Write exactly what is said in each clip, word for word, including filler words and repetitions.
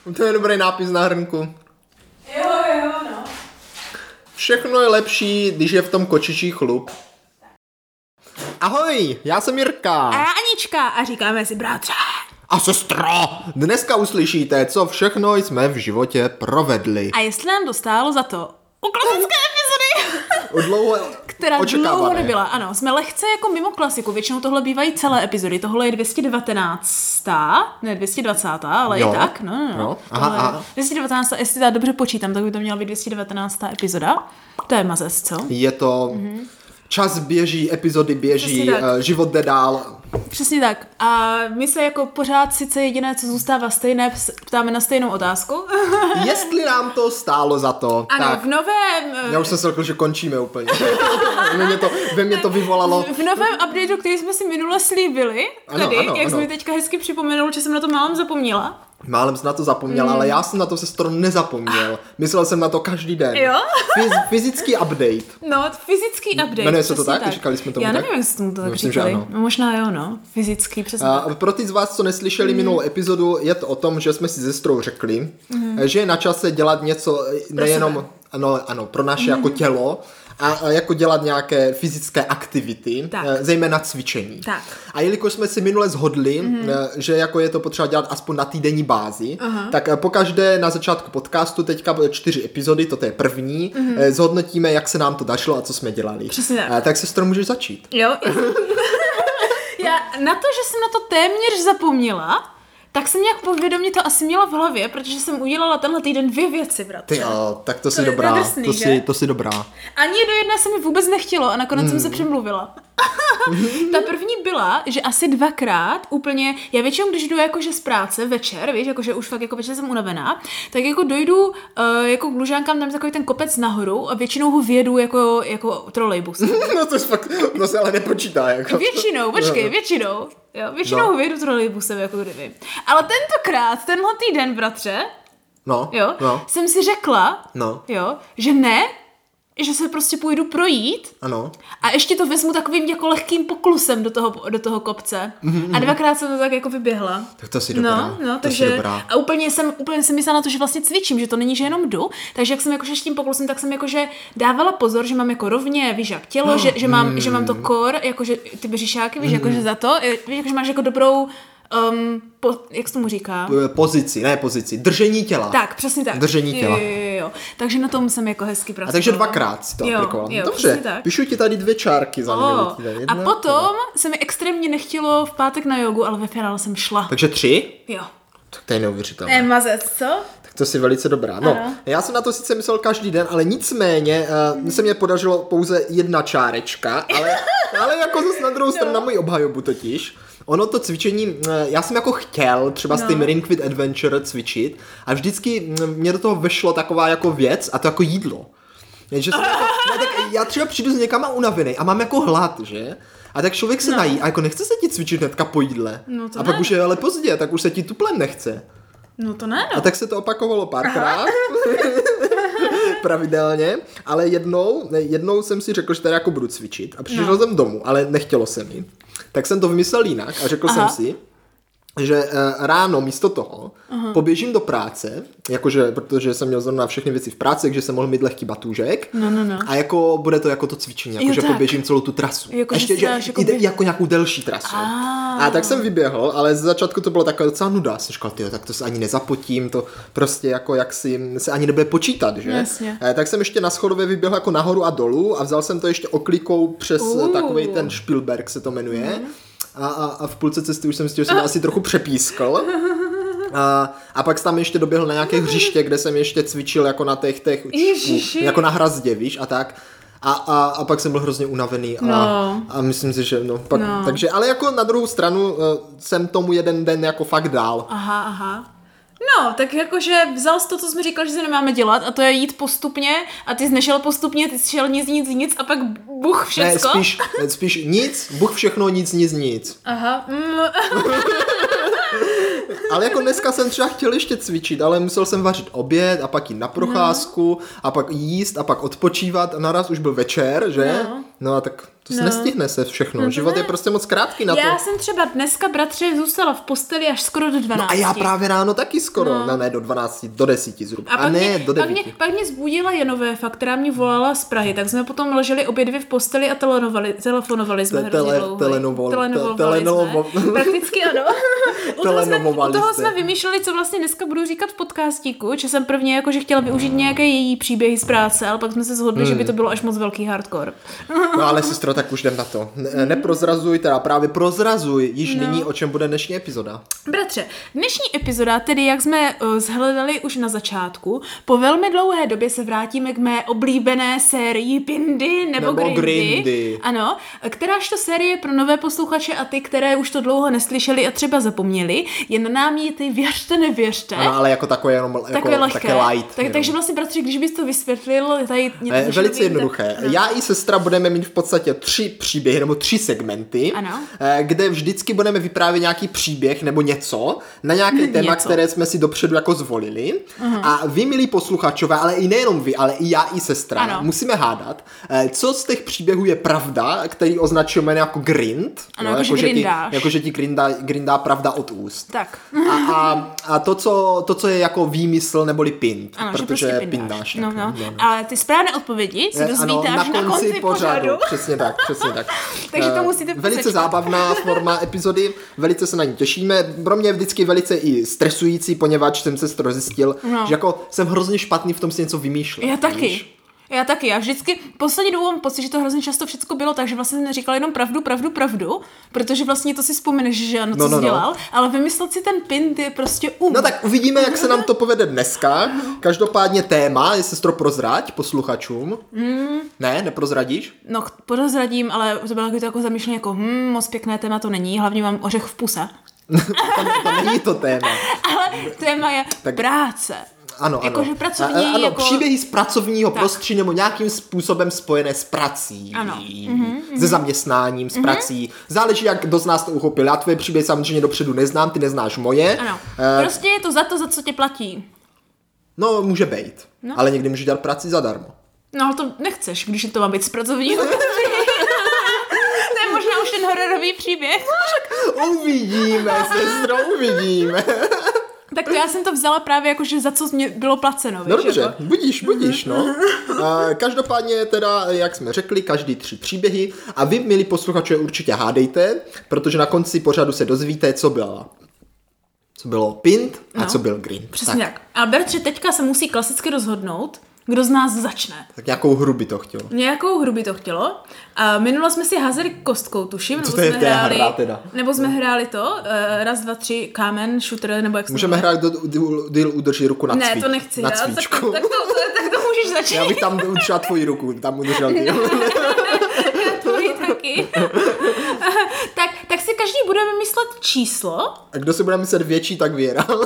To je dobrý nápis na hrnku. Jo, jo, no. Všechno je lepší, když je v tom kočičí chlup. Ahoj, já jsem Jirka. A já Anička a říkáme si bratře. A sestro, dneska uslyšíte, co všechno jsme v životě provedli. A jestli nám to stálo za to u klasické epizody, Dlouho která očekávané. dlouho nebyla. Ano, jsme lehce jako mimo klasiku, většinou tohle bývají celé epizody, tohle je dvě stě devatenáct, ne dvě stě dvacet, ale Jo. i tak. No, no, no. Jo. Aha, Tohle je aha. dvě stě devatenáct, jestli já dobře počítám, tak by to měla být dvě stě devatenáct epizoda. To je mazec, co? Je to... Mm-hmm. Čas běží, epizody běží, Přesně tak. uh, život jde dál. Přesně tak. A my se jako pořád sice jediné, co zůstává stejné, ptáme na stejnou otázku. Jestli nám to stálo za to, Ano, tak... v novém... Já už jsem si řekl, že končíme úplně. ve, mě to, ve mě to vyvolalo... V novém updateu, který jsme si minule slíbili, Ano, tady, ano, jak ano. jsi mi teďka hezky připomenul, že jsem na to málem zapomněla. Málem jsem na to zapomněl, mm. ale já jsem na to, sestro, nezapomněl. Myslel jsem na to každý den. Jo? Fyz, fyzický update. No, fyzický update. Jmenuje se to přesně tak? Říkali jsme tomu Já tak? nevím, jestli tomu to tak Myslím, že říkali. ano. No, možná jo, no. Fyzický, přesně A tak. pro ty z vás, co neslyšeli mm. minulou epizodu, je to o tom, že jsme si se sestrou řekli, mm. že je na čase dělat něco nejenom ano, ano, pro naše mm. jako tělo, a, a jako dělat nějaké fyzické aktivity, Tak. zejména cvičení. Tak. A jelikož jsme si minule shodli, mm. že jako je to potřeba dělat aspoň na týdenní bázi, uh-huh. tak pokaždé na začátku podcastu, teďka bude čtyři epizody, toto je první, mm. zhodnotíme, jak se nám to dařilo a co jsme dělali. Přesně tak. A, tak sestro, můžeš začít. Jo. Já na to, že jsem na to téměř zapomněla, tak jsem nějak podvědomě to asi měla v hlavě, protože jsem udělala tenhle týden dvě věci, bratře. Ty jo, tak to, To jsi je dobrá, drsný, to, že? jsi, to jsi dobrá. Ani do jedné se mi vůbec nechtělo a nakonec mm. jsem se přemluvila. Ta první byla, že asi dvakrát úplně, já většinou, když jdu jakože z práce večer, víš, jakože už fakt jako večer jsem unavená, tak jako dojdu uh, jako k Lužánkám, tam je takový ten kopec nahoru a většinou ho vědu jako, jako trolejbus. No to, fakt, to se ale nepočítá. Jako. Většinou, počkej, většinou. Jo, většinou No. ho vědu trolejbusem, jako kdyby. Ale tentokrát, tenhle týden, bratře, No, jo, no, jsem si řekla, no, jo, že ne, že se prostě půjdu projít ano. a ještě to vezmu takovým jako lehkým poklusem do toho, do toho kopce. Mm-hmm. A dvakrát jsem to tak jako vyběhla. Tak to si dobrá. No, no, to takže si dobrá. a úplně jsem, úplně jsem myslela na to, že vlastně cvičím, že to není, že jenom jdu. Takže jak jsem jako tím poklusem, tak jsem jakože dávala pozor, že mám jako rovně, víš, jak tělo, že, že, mám, mm. že mám to core, jakože ty břišáky, víš, mm. jakože za to, víš, jakože máš jako dobrou, um, po, jak se tomu říká? Pozici, ne pozici, držení těla. Tak, přesně tak. Držení těla. Jo, jo, jo. Takže na tom jsem jako hezky pracovala. A takže dvakrát si to jo, aplikoval. jo, Dobře, přesně tak. píšu ti tady dvě čárky za minulý Oh. týden. A Jedna, potom dva. se mi extrémně nechtělo v pátek na jogu, ale ve finále jsem šla. Takže tři? Jo. Tak to je neuvěřitelné. E, mazec, co? Tak to si velice dobrá. No, Ano. já jsem na to sice myslel každý den, ale nicméně uh, se mě podařilo pouze jedna čárečka, ale, ale jako zase na druhou stranu No. na moji obhajobu totiž. Ono to cvičení, uh, já jsem jako chtěl třeba No. s tím Ring Fit Adventure cvičit a vždycky mm, mě do toho vešlo taková jako věc a to jako jídlo. Že jsem jako, ne, tak já třeba přijdu s někama unavený a mám jako hlad, že? A tak člověk se No. nají a jako nechce se ti cvičit hnedka po jídle. No to a pak ne. už je ale pozdě, tak už se ti tuplem nechce. No to ne, no. A tak se to opakovalo párkrát, pravidelně, ale jednou, ne, jednou jsem si řekl, že tady jako budu cvičit a přišel No. jsem domů, ale nechtělo se mi. Tak jsem to vymyslel jinak a řekl Aha. jsem si, že uh, ráno místo toho uh-huh. poběžím do práce, jakože, protože jsem měl zrovna všechny věci v práci, takže jsem mohl mít lehký batůžek No, no, no. a jako bude to jako to cvičení, Jo, jakože tak. poběžím celou tu trasu. Jako, a že ještě, si že dáš jako jde běh. jako nějakou delší trasu. Ah. A tak jsem vyběhl, ale z začátku to bylo taková docela nuda. Jsem říkal, tyjo, tak to se ani nezapotím, to prostě jako jak si se ani nebude počítat, že? Jasně. A tak jsem ještě na schodově vyběhl jako nahoru a dolů a vzal jsem to ještě oklikou přes Uh. takovej ten Spielberg se to jmenuje. Mm. A, a, a v půlce cesty už jsem si, že jsem asi trochu přepískl. A, a pak jsem tam ještě doběhl na nějaké hřiště, kde jsem ještě cvičil jako na těch, těch Ježiši. jako na hrazdě, víš, a tak. A, a, a pak jsem byl hrozně unavený a, No. a myslím si, že no, pak, No. takže, ale jako na druhou stranu uh, jsem tomu jeden den jako fakt dál. Aha, aha. No, tak jakože vzal jsi to, co jsme říkali, že se nemáme dělat a to je jít postupně a ty jsi nešel postupně, ty jsi šel nic, nic, nic a pak buch všecko. Ne, spíš, spíš nic, buch všechno, nic, nic, nic. Aha. Mm. Ale jako dneska jsem třeba chtěl ještě cvičit, ale musel jsem vařit oběd a pak jít na procházku a pak jíst a pak odpočívat a naraz už byl večer, že? No. No a tak to se No. nestihne se všechno. No to Život ne. je prostě moc krátký na to. Já jsem třeba dneska, bratře, zůstala v posteli až skoro do dvanácti. No a já právě ráno taky skoro. No. No, ne, do dvanácti, do desíti zhruba. A, A, pak, ne, mě, do pak, devíti. mě, pak mě zbudila Jenovéfa, která mě volala z Prahy, tak jsme potom leželi obě dvě v posteli a telefonovali, telefonovali jsme Te- hrozně tele- dlouho. telenovol- Telenovovali te- telenovol- jsme. Prakticky ano. u toho, jsme, u Telenovovali toho jste. jsme vymýšleli, co vlastně dneska budu říkat v podcastíku, že jsem prvně jako, že chtěla využít nějaké její příběhy z práce, ale pak jsme se shodli, hmm. že by to bylo až moc velký hardcore. No ale sestro, tak už jdem na to. Ne, neprozrazuj, teda právě prozrazuj již no. nyní, o čem bude dnešní epizoda. Bratře, dnešní epizoda, tedy jak jsme uh, zhledali už na začátku, po velmi dlouhé době se vrátíme k mé oblíbené sérii Pindy nebo, Nebo Grindy. Grindy. Ano, kteráž to série pro nové posluchače a ty, které už to dlouho neslyšeli a třeba zapomněli, je na námi ty věřte, nevěřte. Ano, ale jako takové jenom jako, Takové lehké. také light. Tak, takže vlastně, bratře, když bys to vysvětlil, tady něco Eh, velice jednoduché. No. Já i sestra budeme mít v podstatě tři příběhy nebo tři segmenty, Ano. eh, kde vždycky budeme vyprávět nějaký příběh nebo něco na nějaké téma, Něco. které jsme si dopředu jako zvolili. Uh-huh. A vy, milí posluchačové, ale i nejenom vy, ale i já, i sestra, Ano. musíme hádat, eh, co z těch příběhů je pravda, který označujeme jako grind. Ano, jo, jakože že ti, grindáš. jakože ti grindá, grindá pravda od úst. Tak. A, a, a to, co, to, co je jako výmysl neboli pint, Ano, že protože prostě pindáš. pindáš. tak, No, no. no, no. Ale ty správné odpovědi se Eh, dozvíte ano, až na konci pořadu. Přesně tak, přesně tak. Takže to Eh, musíte Velice posečkat. zábavná forma epizody, velice se na ní těšíme. Pro mě je vždycky velice i stresující, poněvadž jsem se to zjistil, No. že jako jsem hrozně špatný v tom si něco vymýšlet. Já taky. víš? Já taky. Já vždycky, poslední dobou mám pocit, že to hrozně často všechno bylo tak, že vlastně jsem neříkala jenom pravdu, pravdu, pravdu, protože vlastně to si vzpomeneš, že ano, co No, no, jsi no. dělal, ale vymyslet si ten pint je prostě um. No tak uvidíme, jak se nám to povede dneska. Každopádně téma, je sestro prozrať posluchačům. Mm. Ne, neprozradíš? No, prozradím, ale to bylo to jako zamýšlení, jako hm, moc pěkné téma to není, hlavně mám ořech v puse. to, to není to téma. Ale téma je Tak- práce. Ano, Jako, ano. že pracovní, A- ano, jako- příběhy z pracovního Tak. prostředí nebo nějakým způsobem spojené s prací. Ano. Se zaměstnáním, s prací. Záleží, jak kdo z nás to uchopil. Já tvoje příběhy samozřejmě dopředu neznám, ty neznáš moje. Ano. Eh, Prostě je to za to, za co tě platí. No, může být. No. Ale někdy může dělat práci zadarmo. No, ale to nechceš, když je to má být z pracovního. To je možná už ten hororový příběh. Uvidíme, sestro, uvidíme. Tak to já jsem to vzala právě jako, že za co mě bylo placeno, No víš, dobře, jako. budíš, budíš, no. A každopádně teda, jak jsme řekli, každý tři příběhy a vy, milí posluchači, určitě hádejte, protože na konci pořadu se dozvíte, co bylo, co bylo pint a No. co byl green. Přesně tak. A Bertře teďka se musí klasicky rozhodnout, kdo z nás začne. Tak nějakou hru by to chtělo. Nějakou hru by to chtělo. A minule jsme si házeli kostkou, tuším. Co nebo to je jsme ta hráli, hra teda? Nebo jsme hráli to, uh, raz, dva, tři, kámen, shooter, nebo jak se Můžeme jmenuje? hrát, kdo díl udrží ruku na Ne, cvík. to nechci Na hrát, tak, cvíčku. to, tak, to, to, tak to můžeš začít. Já bych tam udržel tvoji ruku, tam udržel ty. Tvoji taky. tak, tak si každý budeme myslet číslo. A kdo si bude myslet větší, tak vyhrál.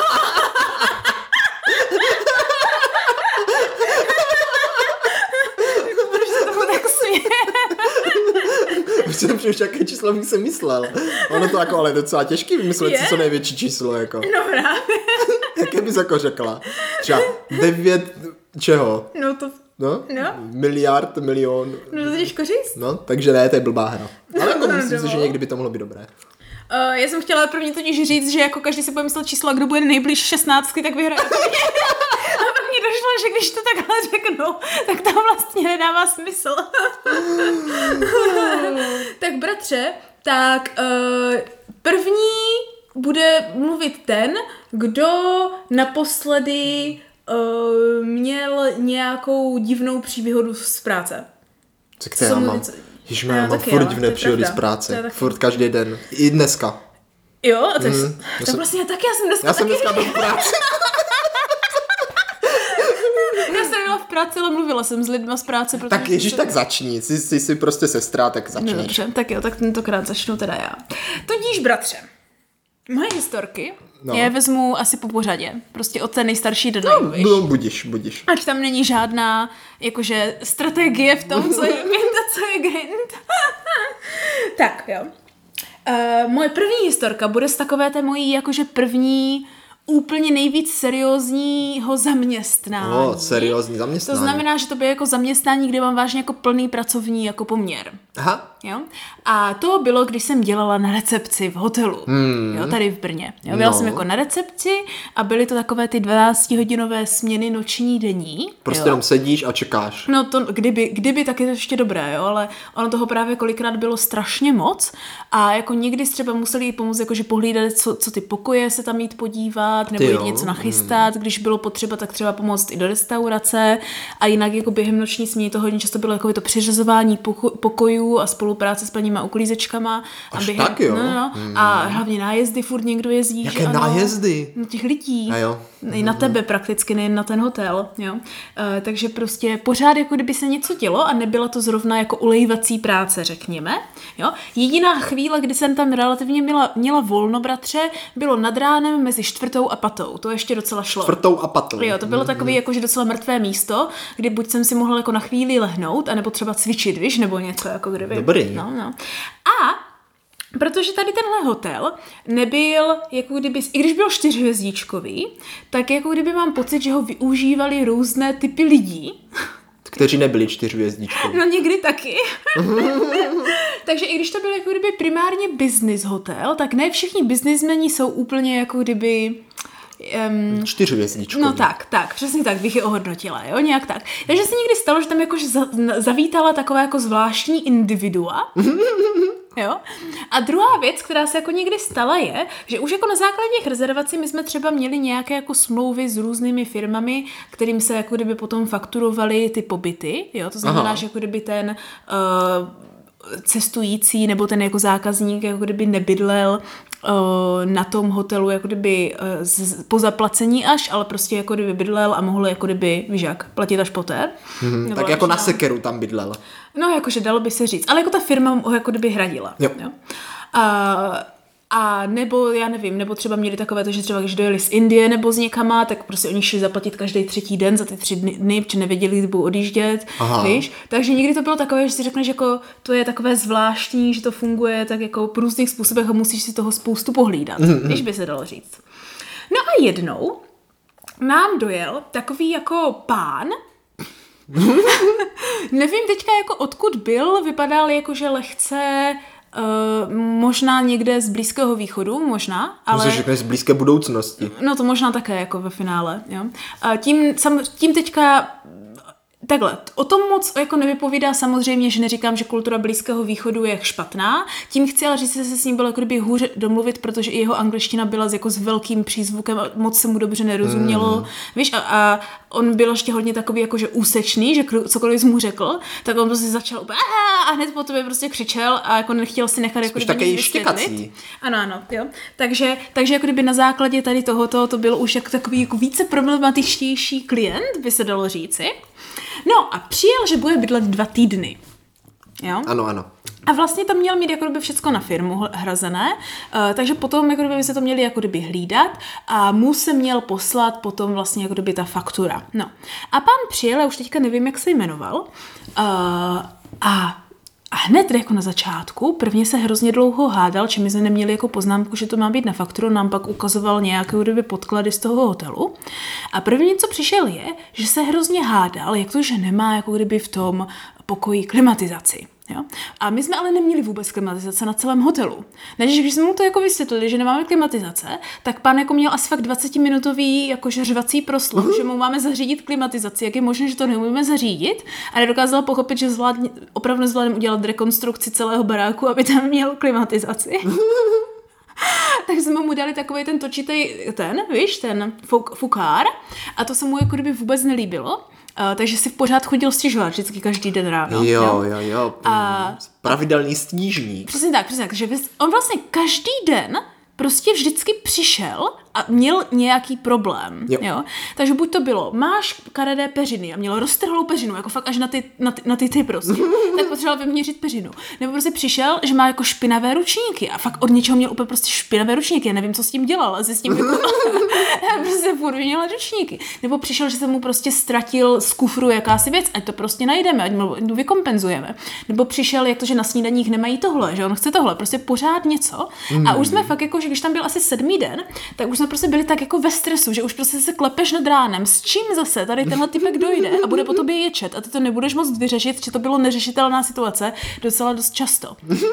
Proč se tomu tak směje? Už jsem přemýšlel, jaké číslo bych se myslel. Ono to jako ale docela těžký vymyslet si Je? co největší číslo, jako. No právě. Jaké bys jako řekla? Třeba devět čeho? No to, No? No. Miliard, milion. no to těžko říct. No, takže ne, to je blbá hra. Ale jako No, myslím si, no. že někdy by to mohlo být dobré. Uh, já jsem chtěla první totiž říct, že jako každý si bude myslet číslo a kdo bude nejblíž šestnáctky, tak vyhraje. A pak mi došlo, že když to takhle řeknu, tak to vlastně nedává smysl. Tak bratře, tak uh, první bude mluvit ten, kdo naposledy uh, měl nějakou divnou příhodu z práce. Co které Co já mu- mám? co- Ježiš, já Já mám taky, furt jo, divné to je příhody z pravda. To práce. je taky. Furt každý den. I dneska. Jo, tak, Mhm. mm, Já tak jsem- vlastně já taky, já jsem dneska Já jsem taky dneska byl v práci. Já jsem byla v práci, ale mluvila jsem s lidma z práce. Protože Tak ježiš, jsem- tak začni. Jsi, jsi, jsi prostě sestra, tak No začni. dobře, tak jo, tak tentokrát začnu teda já. Tudíž, bratře, moje historky No. no. je vezmu asi po pořadě. Prostě od té nejstarší do no, víš. No, budíš, budíš. Ať tam není žádná jakože strategie v tom, co je grind a co je grind. Tak jo. Uh, moje první historka bude z takové té mojí jakože první úplně nejvíc seriózního zaměstnání. O, seriózní zaměstnání. To znamená, že to bylo jako zaměstnání, kde mám vážně jako plný pracovní jako poměr. Aha. Jo? A to bylo, když jsem dělala na recepci v hotelu, hmm. jo, tady v Brně. Jo? Byla no. jsem jako na recepci a byly to takové ty dvanáctihodinové směny noční denní. Prostě jo? jenom sedíš a čekáš. No to, kdyby, kdyby tak je to ještě dobré, jo? Ale ono toho právě kolikrát bylo strašně moc a jako někdy třeba museli jí pomoct, jakože pohlídat, co, co ty pokoje se tam jít podívat, nebo jít něco nachystat, hmm. když bylo potřeba, tak třeba pomoct i do restaurace a jinak jako během noční směny to hodně často bylo jako to přiřazování poko- pokojů a spolupráce s paníma uklízečkama. Až a během, tak jo? No, no, hmm. A hlavně nájezdy, furt někdo jezdí. Jaké že ano, nájezdy? No těch lidí. A jo. I na tebe prakticky, nejen na ten hotel. Jo? Uh, takže prostě pořád jako kdyby se něco dělo a nebyla to zrovna jako ulejvací práce, řekněme. Jo? Jediná chvíle, kdy jsem tam relativně měla, měla volno, bratře, bylo nad ránem mezi čtvrtou a patou. To ještě docela šlo. Čtvrtou a patou. Jo, to bylo mm-hmm. takové jakože docela mrtvé místo, kdy buď jsem si mohla jako na chvíli lehnout, anebo třeba cvičit, víš, nebo něco jako kdyby. Dobrý. No, no. A protože tady tenhle hotel nebyl, jako kdyby, i když byl čtyřhvězdíčkový, tak jako kdyby mám pocit, že ho využívali různé typy lidí. Kteří nebyli čtyřhvězdíčkoví. No někdy taky. Takže i když to byl jako kdyby primárně business hotel, tak ne všichni biznismeni jsou úplně jako kdyby... Um, čtyřhvězdíčkový. No tak, tak, přesně tak bych je ohodnotila, jo, nějak tak. Takže se někdy stalo, že tam jakože za, zavítala taková jako zvláštní individua, jo. A druhá věc, která se jako někdy stala je, že už jako na základě těch rezervací my jsme třeba měli nějaké jako smlouvy s různými firmami, kterým se jako kdyby potom fakturovaly ty pobyty, jo, to znamená, Aha. že jako kdyby ten... Uh, cestující nebo ten jako zákazník jako kdyby nebydlel uh, na tom hotelu jako kdyby uh, z, po zaplacení až, ale prostě jako kdyby bydlel a mohl jako kdyby, víš jak, platit až poté. Mm-hmm, tak jako na sekeru tam bydlel. No jakože dalo by se říct, ale jako ta firma ho jako kdyby hradila. Jo. Jo? Uh, A nebo, já nevím, nebo třeba měli takové to, že třeba když dojeli z Indie nebo z někama, tak prostě oni šli zaplatit každý třetí den za ty tři dny, protože nevěděli, kdy budou odjíždět, víš. Takže někdy to bylo takové, že si řekneš, jako to je takové zvláštní, že to funguje tak jako po různých způsobech a musíš si toho spoustu pohlídat, mm-hmm. když by se dalo říct. No a jednou nám dojel takový jako pán, nevím teďka jako odkud byl, vypadal jako, že lehce... Uh, možná někde z Blízkého východu, možná, ale... Musíš řekneš z blízké budoucnosti. No to možná také jako ve finále, jo. Uh, tím, sam, tím teďka... Takhle, o tom moc jako nevypovídá samozřejmě, že neříkám, že kultura Blízkého východu je špatná. Tím chci ale říct, že se s ním bylo jako kdyby hůře domluvit, protože i jeho angličtina byla jako s velkým přízvukem a moc se mu dobře nerozumělo. Hmm. Víš, a, a on byl ještě hodně takový jakože úsečný, že cokoliv jsi mu řekl, tak on prostě začal úplně a hned po tobě prostě křičel a jako nechtěl si nechat jako kdyby nic vysvětlit. Ano, ano, jo. Takže, takže jako kdyby na základě tady tohoto to byl už jako takový jako více problematičtější klient, by se dalo říci. No a přijel, že bude bydlet dva týdny. Jo? Ano, ano. A vlastně tam měl mít jako kdyby všecko na firmu hrazené, uh, takže potom jako kdyby se to měli jako kdyby hlídat a mu se měl poslat potom vlastně jako kdyby ta faktura. No. A pán přijel, já už teďka nevím, jak se jmenoval, uh, a A hned jako na začátku, prvně se hrozně dlouho hádal, či my jsme neměli jako poznámku, že to má být na fakturu, nám pak ukazoval nějaké kdyby podklady z toho hotelu. A první, co přišel je, že se hrozně hádal, jak to, že nemá jako kdyby v tom pokoji klimatizaci. Jo? A my jsme ale neměli vůbec klimatizace na celém hotelu. Takže když jsme mu to jako vysvětlili, že nemáme klimatizace, tak pán jako měl asi fakt dvacetiminutový jako žřvací proslov, uh-huh. že mu máme zařídit klimatizaci, jak je možné, že to neumíme zařídit, a nedokázal pochopit, že zvládne, opravdu zvládne udělat rekonstrukci celého baráku, aby tam měl klimatizaci. Tak jsme mu dali takovej ten točitej, ten, víš, ten fuk, fukár, a to se mu jako kdyby vůbec nelíbilo. Uh, takže si v pořád chodil stěžovat vždycky každý den ráno. Jo, jo, jo. jo. A pravidelný stížník. Přesně tak, přesně tak. Takže on vlastně každý den prostě vždycky přišel a měl nějaký problém. Jo. Jo? Takže buď to bylo, máš karedé peřiny a měl roztrhlou peřinu, jako fakt až na ty, na ty, na ty, ty prostě, tak potřeboval vyměřit peřinu. Nebo prostě přišel, že má jako špinavé ručníky a fakt od něčeho měl úplně prostě špinavé ručníky. Já nevím, co s tím dělal, ale s tím jako prostě furt měla ručníky. Nebo přišel, že se mu prostě ztratil z kufru jakási věc, ať to prostě najdeme, ať mu vykompenzujeme. Nebo přišel, jak to, že na snídaních nemají tohle, že on chce tohle, prostě pořád něco. A už jsme fakt jako, že když tam byl asi sedmý den, tak už jsme prostě byli tak jako ve stresu, že už prostě se klepeš nad ránem, s čím zase tady tenhle typek dojde a bude po tobě ječet a ty to nebudeš moct vyřešit, že to bylo neřešitelná situace docela dost často.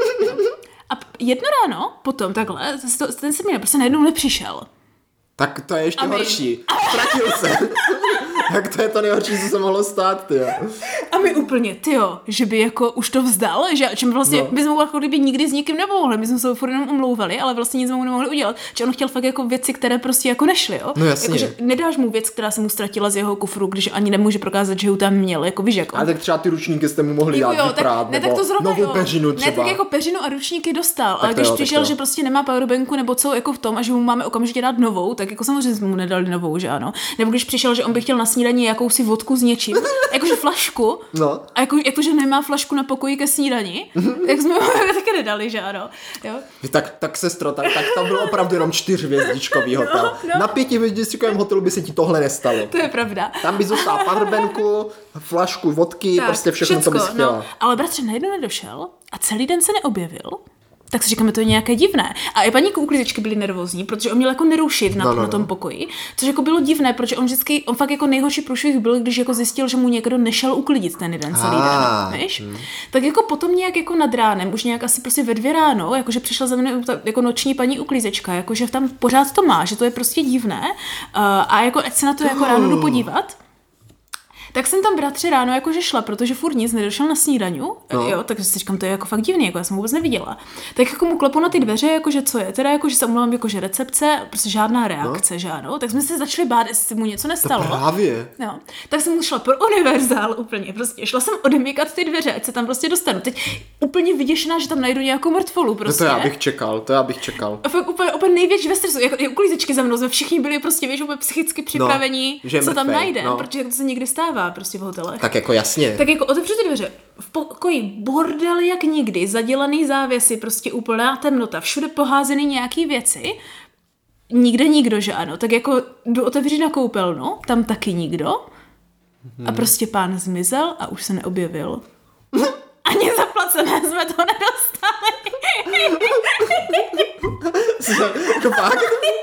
A jedno ráno potom takhle, ten se mi prostě najednou nepřišel. Tak to je ještě horší. Ztratil se. Tak to je to nejhorší, co se mohlo stát, tyjo. A my úplně, tyjo, že by jako už to vzdal, že, že my vlastně, no. my jsme jako kdyby nikdy s nikým nepomohli, my jsme se furt jenom omlouvali, ale vlastně nic jsme mu nemohli udělat, že on chtěl fakt jako věci, které prostě jako nešly, jo. No jasně. Jako, že nedáš mu věc, která se mu ztratila z jeho kufru, když ani nemůže prokázat, že ho tam měl, jako víš, jako. A tak třeba ty ručníky jste mu mohli dát jo, vyprát, tak, nebo ne, tak to zrovna, novou jo. peřinu třeba. Ne, tak jako peřinu a ručníky dostal, tak ale když jo, přišel, že prostě nemá powerbanku nebo co jako v tom a že mu máme okamžitě dát novou, tak jako samozřejmě jsme mu nedali novou, že ano. Nebo když přišel, že on by chtěl na snídani jakousi vodku s něčím, jakože flašku, no. a jako, jakože nemá flašku na pokoji ke snídani, tak jsme mu taky nedali, že ano. Jo? Tak, tak sestro, tak, tak tam byl opravdu jenom čtyřhvězdičkový hotel. No, no. Na pětihvězdičkovém hotelu by se ti tohle nestalo. To je pravda. Tam by zostal powerbanku, flašku vodky, tak, prostě všechno, všecko, co bys chtěla. No. Ale bratře najednou nedošel a celý den se neobjevil. Tak si říkáme, to je nějaké divné. A i paní uklízečky byly nervózní, protože on měl jako nerušit na, no, no, na tom pokoji, což jako bylo divné, protože on vždycky, on fakt jako nejhorší průšvih byl, když jako zjistil, že mu někdo nešel uklidit ten jeden celý ah, den, víš? Hmm. Tak jako potom nějak jako nad ránem, už nějak asi prostě ve dvě ráno, jakože přišla za mnou jako noční paní uklízečka, jakože tam pořád to má, že to je prostě divné uh, a jako ať se na to jako ráno jdu podívat. Tak jsem tam bratře ráno jakože šla, protože furt nic nedošel na snídaňu, no. Jo, takže si říkám, to je jako fakt divný, jako já jsem vůbec neviděla. Tak jako mu klepu na ty dveře, jakože co je, teda jakože se omlouvám, jakože recepce, prostě žádná reakce, no. žádnou, tak jsme se začali bát, jestli mu něco nestalo. To právě. No. Tak jsem šla pro univerzál úplně, prostě šla jsem odemykat ty dveře, ať se tam prostě dostanu. Teď úplně vyděšená, že tam najdu nějakou mrtvolu prostě. No to já bych čekal, to já bych čekal. A fakt úplně, úplně největší ve stresu, jako uklízečky za mnou, jsme všichni byli prostě, víš, úplně psychicky připravení, no, co tam najde, no. protože to se někdy stává prostě v hotelech. Tak jako jasně. Tak jako otevřu ty dveře, v pokoji bordel jak nikdy, zadělaný závěsy, prostě úplná temnota, všude poházený nějaký věci, nikde nikdo, že ano, tak jako jdu otevřít na koupelnu, tam taky nikdo hmm. a prostě pán zmizel a už se neobjevil. Ani zaplacené jsme to nedostali. Jako fakt?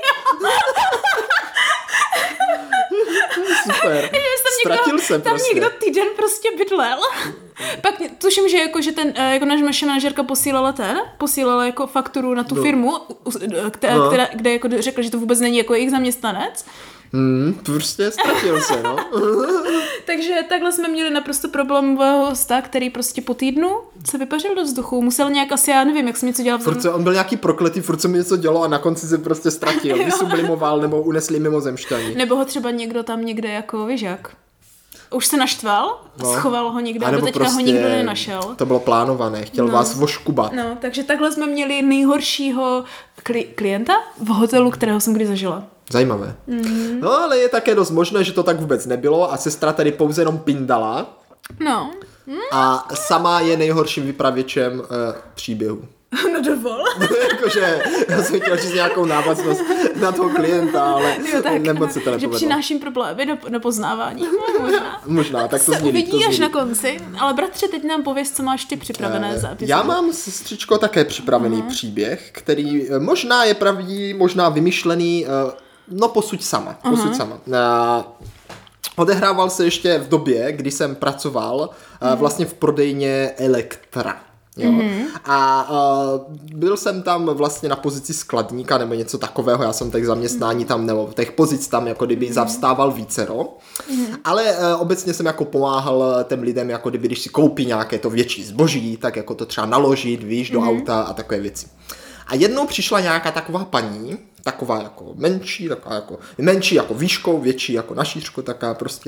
Super. Ztratil jsem tam prostě. někdo týden prostě bydlel. Pak tuším, že jako, že ten, jako naše manažerka posílala ten, posílala jako fakturu na tu no. firmu, která, no. která, kde jako řekla, že to vůbec není jako jejich zaměstnanec. Hmm, prostě ztratil se, no. Takže takhle jsme měli naprosto problémového hosta, který prostě po týdnu se vypařil do vzduchu. Musel nějak asi, já nevím, jak jsem něco dělal. Furt se, on byl nějaký prokletý, furt se mi něco dělo a na konci se prostě ztratil. Vysublimoval nebo unesli mimozemšťani. Nebo ho třeba někdo tam někde jako, víš jak, už se naštval, no. schoval ho někde a do teďka prostě ho nikdo nenašel. To bylo plánované, chtěl no. vás voškubat. No, takže takhle jsme měli nejhoršího kli- klienta v hotelu, kterého jsem kdy zažila. Zajímavé. Mm. No, ale je také dost možné, že to tak vůbec nebylo a sestra tady pouze jenom pindala. No. Mm. A sama je nejhorším vypravěčem uh, příběhu. No dovol. Jakože, já jsem chtěla říct nějakou návaznost na toho klienta, ale jo, tak, nebo se to nepovedlo. Že přináším problémy do, do poznávání. Možná. Možná, tak to zní. Uvidí to až zní. na konci. Ale bratře, teď nám pověz, co máš ty připravené za epizodu. Já mám, sestřičko, také připravený uh-huh. příběh, který možná je pravdivý, možná vymyšlený, no posuď sama. Posuď uh-huh. sama. Odehrával se ještě v době, kdy jsem pracoval uh-huh. vlastně v prodejně Elektra. Jo. Mm-hmm. A uh, byl jsem tam vlastně na pozici skladníka nebo něco takového, já jsem těch zaměstnání tam, nebo těch pozic tam jako kdyby mm-hmm. zavstával vícero, mm-hmm. ale uh, obecně jsem jako pomáhal těm lidem, jako kdyby když si koupí nějaké to větší zboží, tak jako to třeba naložit, víš, do mm-hmm. auta a takové věci. A jednou přišla nějaká taková paní, taková jako menší, taková jako menší jako výškou, větší jako na šířku, taká prostě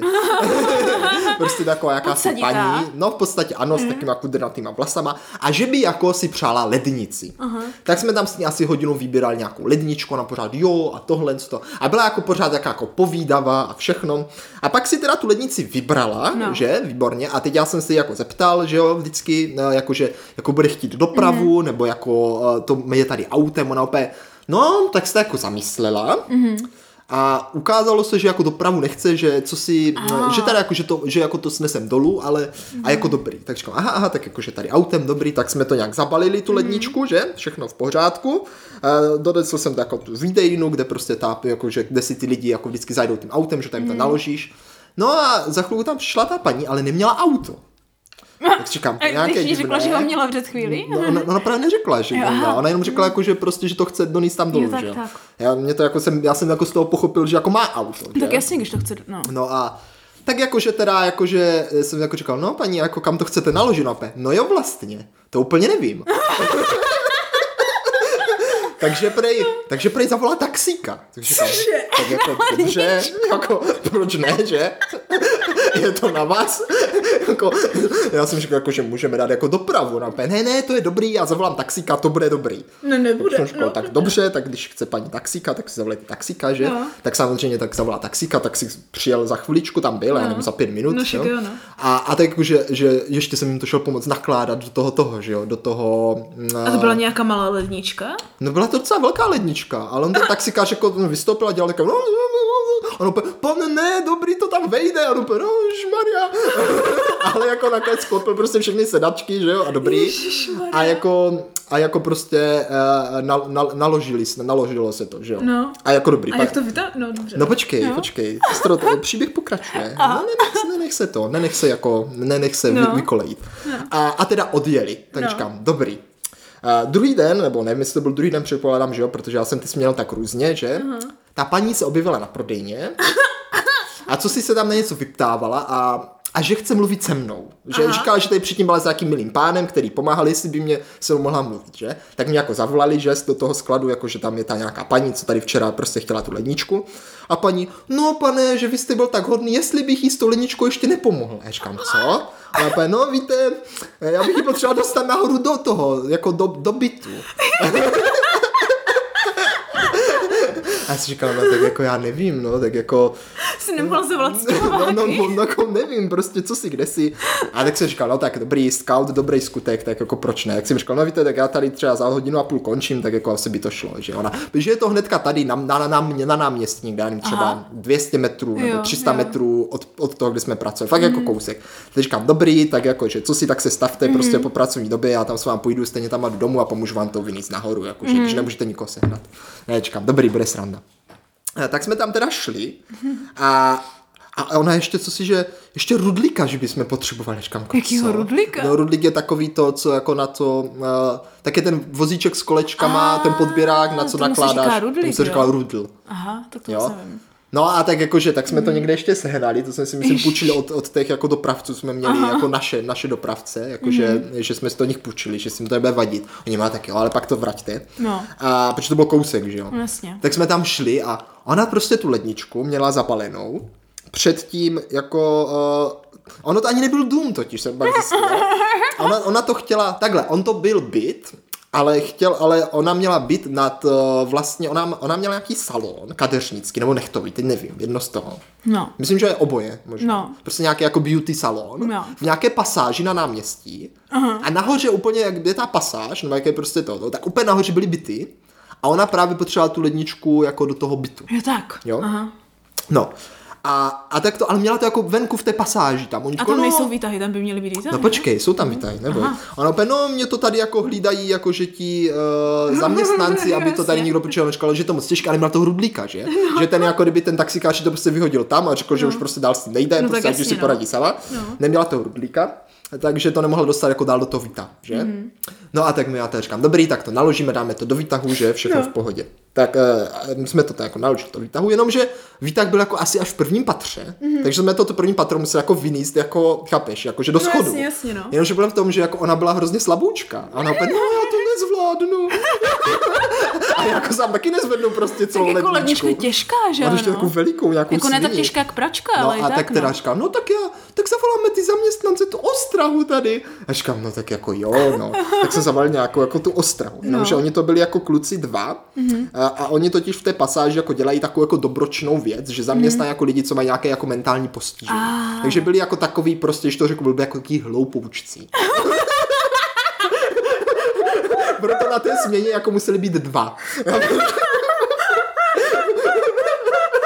prostě taková jakási paní, no v podstatě ano, mm. s takýma kudrnatýma vlasama a že by jako si přála lednici. Uh-huh. Tak jsme tam s ní asi hodinu vybírali nějakou ledničku na pořád jo a tohle to a byla jako pořád jaká jako povídavá a všechno a pak si teda tu lednici vybrala, no. že, výborně a teď já jsem si jako zeptal, že jo, vždycky, jakože jako bude chtít dopravu, mm. nebo jako to je tady autem, ona opět no, tak se to jako zamyslela mm-hmm. A ukázalo se, že jako dopravu nechce, že co si, ah. že teda jako, že, to, že jako to snesem dolů, ale mm. a jako dobrý. Tak říkám, aha, aha, tak jako, že tady autem dobrý, tak jsme to nějak zabalili, tu ledničku, mm. že? Všechno v pořádku. A dodesl jsem to jako tu výdejnu, kde prostě ta, jako, že, kde si ty lidi jako vždycky zajdou tím autem, že tam mm. to naložíš. No a za chvíli tam přišla ta paní, ale neměla auto. Tak říkám, to nějaké divné. Řekla, že ho měla před chvíli? No, ona, ona právě neřekla, že ho měla. Ona jenom řekla, jako, že prostě, že to chce donést tam dolů, jo, tak, že? Tak. Já, mě to jako jsem, já jsem jako z toho pochopil, že jako má auto. Tak že? jasně, když to chce, no. No a tak jakože teda, jakože jsem jako říkal, no paní, jako kam to chcete naložit, no, no jo vlastně, to úplně nevím. takže prej, takže prej zavolá taxíka. Takže říkám, tak jako dobře, jako proč ne, že? Je to na vás. jako, já jsem říkal, jako, že můžeme dát jako dopravu. No, ne, ne, to je dobrý, já zavolám taxíka, to bude dobrý. Ne, nebude. Tak, říkal, no. tak dobře, tak když chce paní taxíka, tak si zavolejte taxíka, že? No. Tak samozřejmě tak zavolá taxíka, tak si přijel za chviličku, tam byl, no. já nevím, za pět minut. No, jo? Jo, no. A, a tak jako, že, že ještě jsem jim to šel pomoct nakládat do toho toho, že jo, do toho... A to byla nějaká malá lednička? No byla to docela velká lednička, ale on ten taxikář jako vystoupil a dělal takový... Ano, pane, ne, dobrý, to tam vejde. Ano, no, Maria. Ale jako nakonec sklopil prostě všechny sedačky, že jo, a dobrý. A jako, a jako prostě uh, na, na, naložili, naložilo se to, že jo. No. A jako dobrý. A pak... jak to vytá... No, dobře. No počkej, no. počkej. Stro, příběh pokračuje. No, nenech, nenech se to, nenech se jako, nenech se no. vy, vykolejit. No. A, a teda odjeli. Tak no. říkám, dobrý. Uh, druhý den, nebo nevím, jestli to byl druhý den, předpokládám, že jo, protože já jsem ty směl tak různě, že? Uh-huh. Ta paní se objevila na prodejně a co si se tam na něco vyptávala a, a že chce mluvit se mnou. Že Aha. říkala, že tady předtím byla s nějakým milým pánem, který pomáhal, jestli by mě se mohla mluvit, že? Tak mě jako zavolali, že do toho skladu, jako že tam je ta nějaká paní, co tady včera prostě chtěla tu ledničku. A paní, no pane, že vy jste byl tak hodný, jestli bych jí s tou ledničkou ještě nepomohl. A já říkám, co? A paní, no víte, já bych ji potřeboval dostat nahoru do toho, jako do, do bytu. A já si říkal, no tak jako já nevím, no, tak jako... Jsi nemohl zavolat no, no, no, no, jako nevím, prostě co si, kde si. A tak jsem říkal, no tak dobrý scout, dobrý skutek, tak jako proč ne? Jak jsem říkal, no víte, tak já tady třeba za hodinu a půl končím, tak jako asi by to šlo, že ona, protože je to hnedka tady na, na, na, na náměstí, kde já nevím, třeba Aha. dvě stě metrů nebo tři sta jo. metrů od, od toho, kde jsme pracovali, fakt mm. jako kousek. Tak říkám, dobrý, tak jako, že co si, tak se stavte mm. prostě po pracovní době, já tam s vám půjdu, stejně tam jdu domů a pomůžu vám to vynést nahoru, jako, že, mm. že nemůžete nikoho sehnat. Ne, říkám, dobrý, bude sranda. Tak jsme tam teda šli a, a ona ještě, co si, že ještě rudlíka, že bychom potřebovali. Říkám, jakýho rudlíka? No rudlík je takový to, co jako na to, uh, tak je ten vozíček s kolečkama, a, ten podběrák, na co nakládáš. Tomu se říkal rudl. Aha, tak to nevím. No a tak jakože, tak jsme to někde ještě sehnali, to jsme si myslím půjčili od, od těch jako dopravců, jsme měli Aha. jako naše, naše dopravce, jakože, mm. že jsme si to od nich půjčili, že si jim to nebude vadit. Oni má tak jo, ale pak to vraťte. No. A protože to byl kousek, že jo. Jasně. Tak jsme tam šli a ona prostě tu ledničku měla zapalenou, předtím jako, uh, ono to ani nebyl dům totiž, jsem pak zjistil. Ona, ona to chtěla, takhle, on to byl byt, ale chtěl, ale ona měla být nad, vlastně, ona, ona měla nějaký salon, kadeřnický, nebo nechtový, teď nevím, jedno z toho. No. Myslím, že je oboje, možná. No. Prostě nějaký jako beauty salon, no. v nějaké pasáži na náměstí. Uh-huh. A nahoře úplně, jak je ta pasáž, nebo jak je prostě to, tak úplně nahoře byly byty. A ona právě potřebovala tu ledničku jako do toho bytu. Jo tak. Jo? Aha. No. A, a tak to, ale měla to jako venku v té pasáži tam. Oni a tam no, nejsou výtahy, tam by měly být výtahy. No počkej, jsou tam výtahy, nebo? Ona opět, no mě to tady jako hlídají, jako že ti uh, zaměstnanci, aby to tady někdo počítal, říkal, že to moc těžké, ale měla toho rudlíka, že? No. Že ten jako kdyby ten taxikář to prostě vyhodil tam a řekl, no. že už prostě dál s tím nejde, no, prostě ať už si no. poradí sama. No. Neměla toho rudlíka. Takže to nemohla dostat jako dál do toho výtahu, že? Mm. No a tak my já tady říkám, dobrý, tak to naložíme, dáme to do výtahu, že všechno no. v pohodě. Tak uh, jsme to tak jako naložili do výtahu, jenomže výtah byl jako asi až v prvním patře, mm. takže jsme to, to první patro museli jako vynést, jako, chápeš, jakože do schodu. No, jasně, jasně, no. Jenomže byl v tom, že jako ona byla hrozně slaboučka. A ona opět, no já to nezvládnu. A jako sám taky nezvednu prostě celou ledničku. Tak jako ledničku je těžká, že ano? Ještě jako velikou, nějakou jako sviní. ne tak těžká jak pračka, no, ale i a tak, tak teda no. říkám, no tak já, tak zavoláme ty zaměstnance, tu ostrahu tady. A říkám, no tak jako jo, no. Tak jsem zavolal nějakou jako tu ostrahu. No. Jenomže oni to byli jako kluci dva mm-hmm. a, a oni totiž v té pasáži jako dělají takovou jako dobročnou věc, že zaměstnají mm. jako lidi, co mají nějaké jako mentální postižení. Ah. Takže byli jako takový prostě, že to řekl, byli jako takový hloupoučci. Proto na té směně jako museli být dva.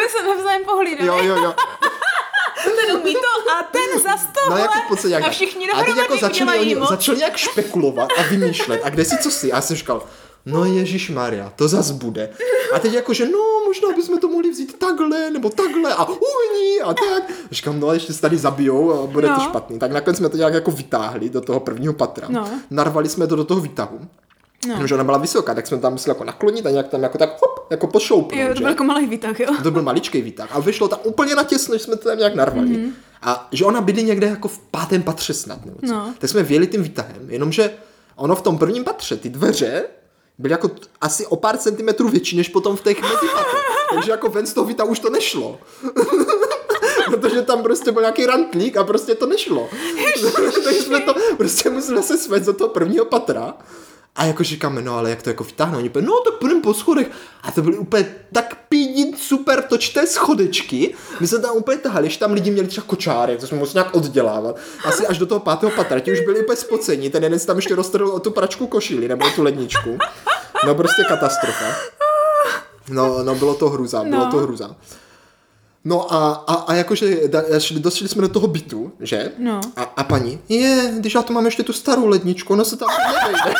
se navzájem pohlídali. Jo, jo, jo. Ten umí to a ten zas tohle. No, jako v podstatě jak... A všichni a teď jako začali, oni, moc. začali nějak špekulovat a vymýšlet. A kde si co si? A já jsem říkal, no ježišmarja, to zas bude. A teď jako, že no, možná bychom to mohli vzít takhle, nebo takhle a uhni a tak. A říkám, no a ještě se tady zabijou a bude no. to špatný. Tak nakonec jsme to nějak jako vytáhli do toho prvního patra. No. Narvali jsme to do toho výtahu. No. Že ona byla vysoká, tak jsme tam museli jako naklonit a nějak tam jako tak hop, jako pošoupnout. Jo, to byl jako malý výtah, jo. To byl maličký výtah a vyšlo tam úplně natěsno, že jsme to tam nějak narvali. Mm-hmm. A že ona bydlí někde jako v pátém patře snad, nebo co. No. Tak jsme vyjeli tím výtahem, jenomže ono v tom prvním patře, ty dveře byly jako t- asi o pár centimetrů větší, než potom v těch mezipatech. Takže jako ven z toho výtahu už to nešlo. Protože tam prostě byl nějaký rantlík a prostě to nešlo. Takže jsme to prostě museli se svést do toho prvního patra. A jako říkáme, no ale jak to jako vytáhnout? Oni no tak půjdeme po schodech. A to byly úplně tak pídit super točté schodečky. My jsme tam úplně tahali, že tam lidi měli třeba kočáry, to jsme museli nějak oddělávat. Asi až do toho pátého patra, ti už byli úplně spocení. Ten jeden si tam ještě roztrhl o tu pračku košili, nebo o tu ledničku. No prostě katastrofa. No, no bylo to hruza, bylo no. to hruza. No a, a, a jakože došli jsme do toho bytu, že? No. A, a paní, je, když já tu mám ještě tu starou ledničku, ona se tam nevejde.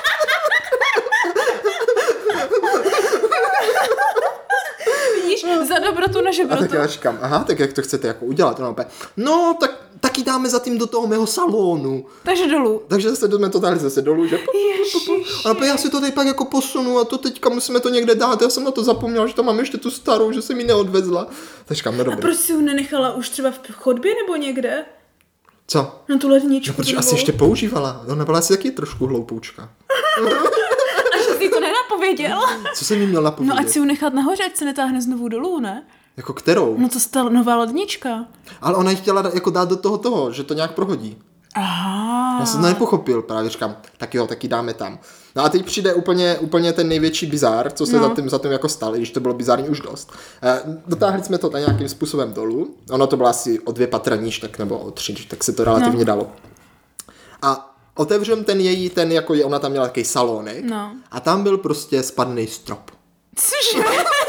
Vidíš, za dobrotu na žebrotu. A tak já říkám, aha, tak jak to chcete jako udělat? No, no tak taky dáme zatím do toho mého salonu. Takže dolů. Takže zase jdeme to dali zase dolů, že? A já si to tady pak jako posunu a to teďka musíme to někde dát. Já jsem na to zapomněl, že tam mám ještě tu starou, že se mi neodvezla. Tak říkám, no dobré. A proč si ji nenechala už třeba v chodbě nebo někde? Co? Na tu ledničku. No, protože asi ještě používala. Ona byla asi taky trošku hloupoučka. A že jsi to nenapověděl? Co jsem jí měl napovědět? No ať si ji nechat nahoře, ať se netáhne znovu dolů, ne? Jako kterou? No to ta nová lednička. Ale ona ji chtěla jako dát do toho toho, že to nějak prohodí. Aha. Já jsem to nepochopil, právě říkám, tak jo, tak ji dáme tam. No a teď přijde úplně, úplně ten největší bizár, co se no. za tím, za tím jako stal, když to bylo bizární už dost. E, dotáhli jsme to tam nějakým způsobem dolů, ono to bylo asi o dvě patra níž, tak nebo o tři, tak se to relativně no. dalo. A otevřem ten její, ten jako je, ona tam měla takový salónek no. a tam byl prostě spadný strop. Cože?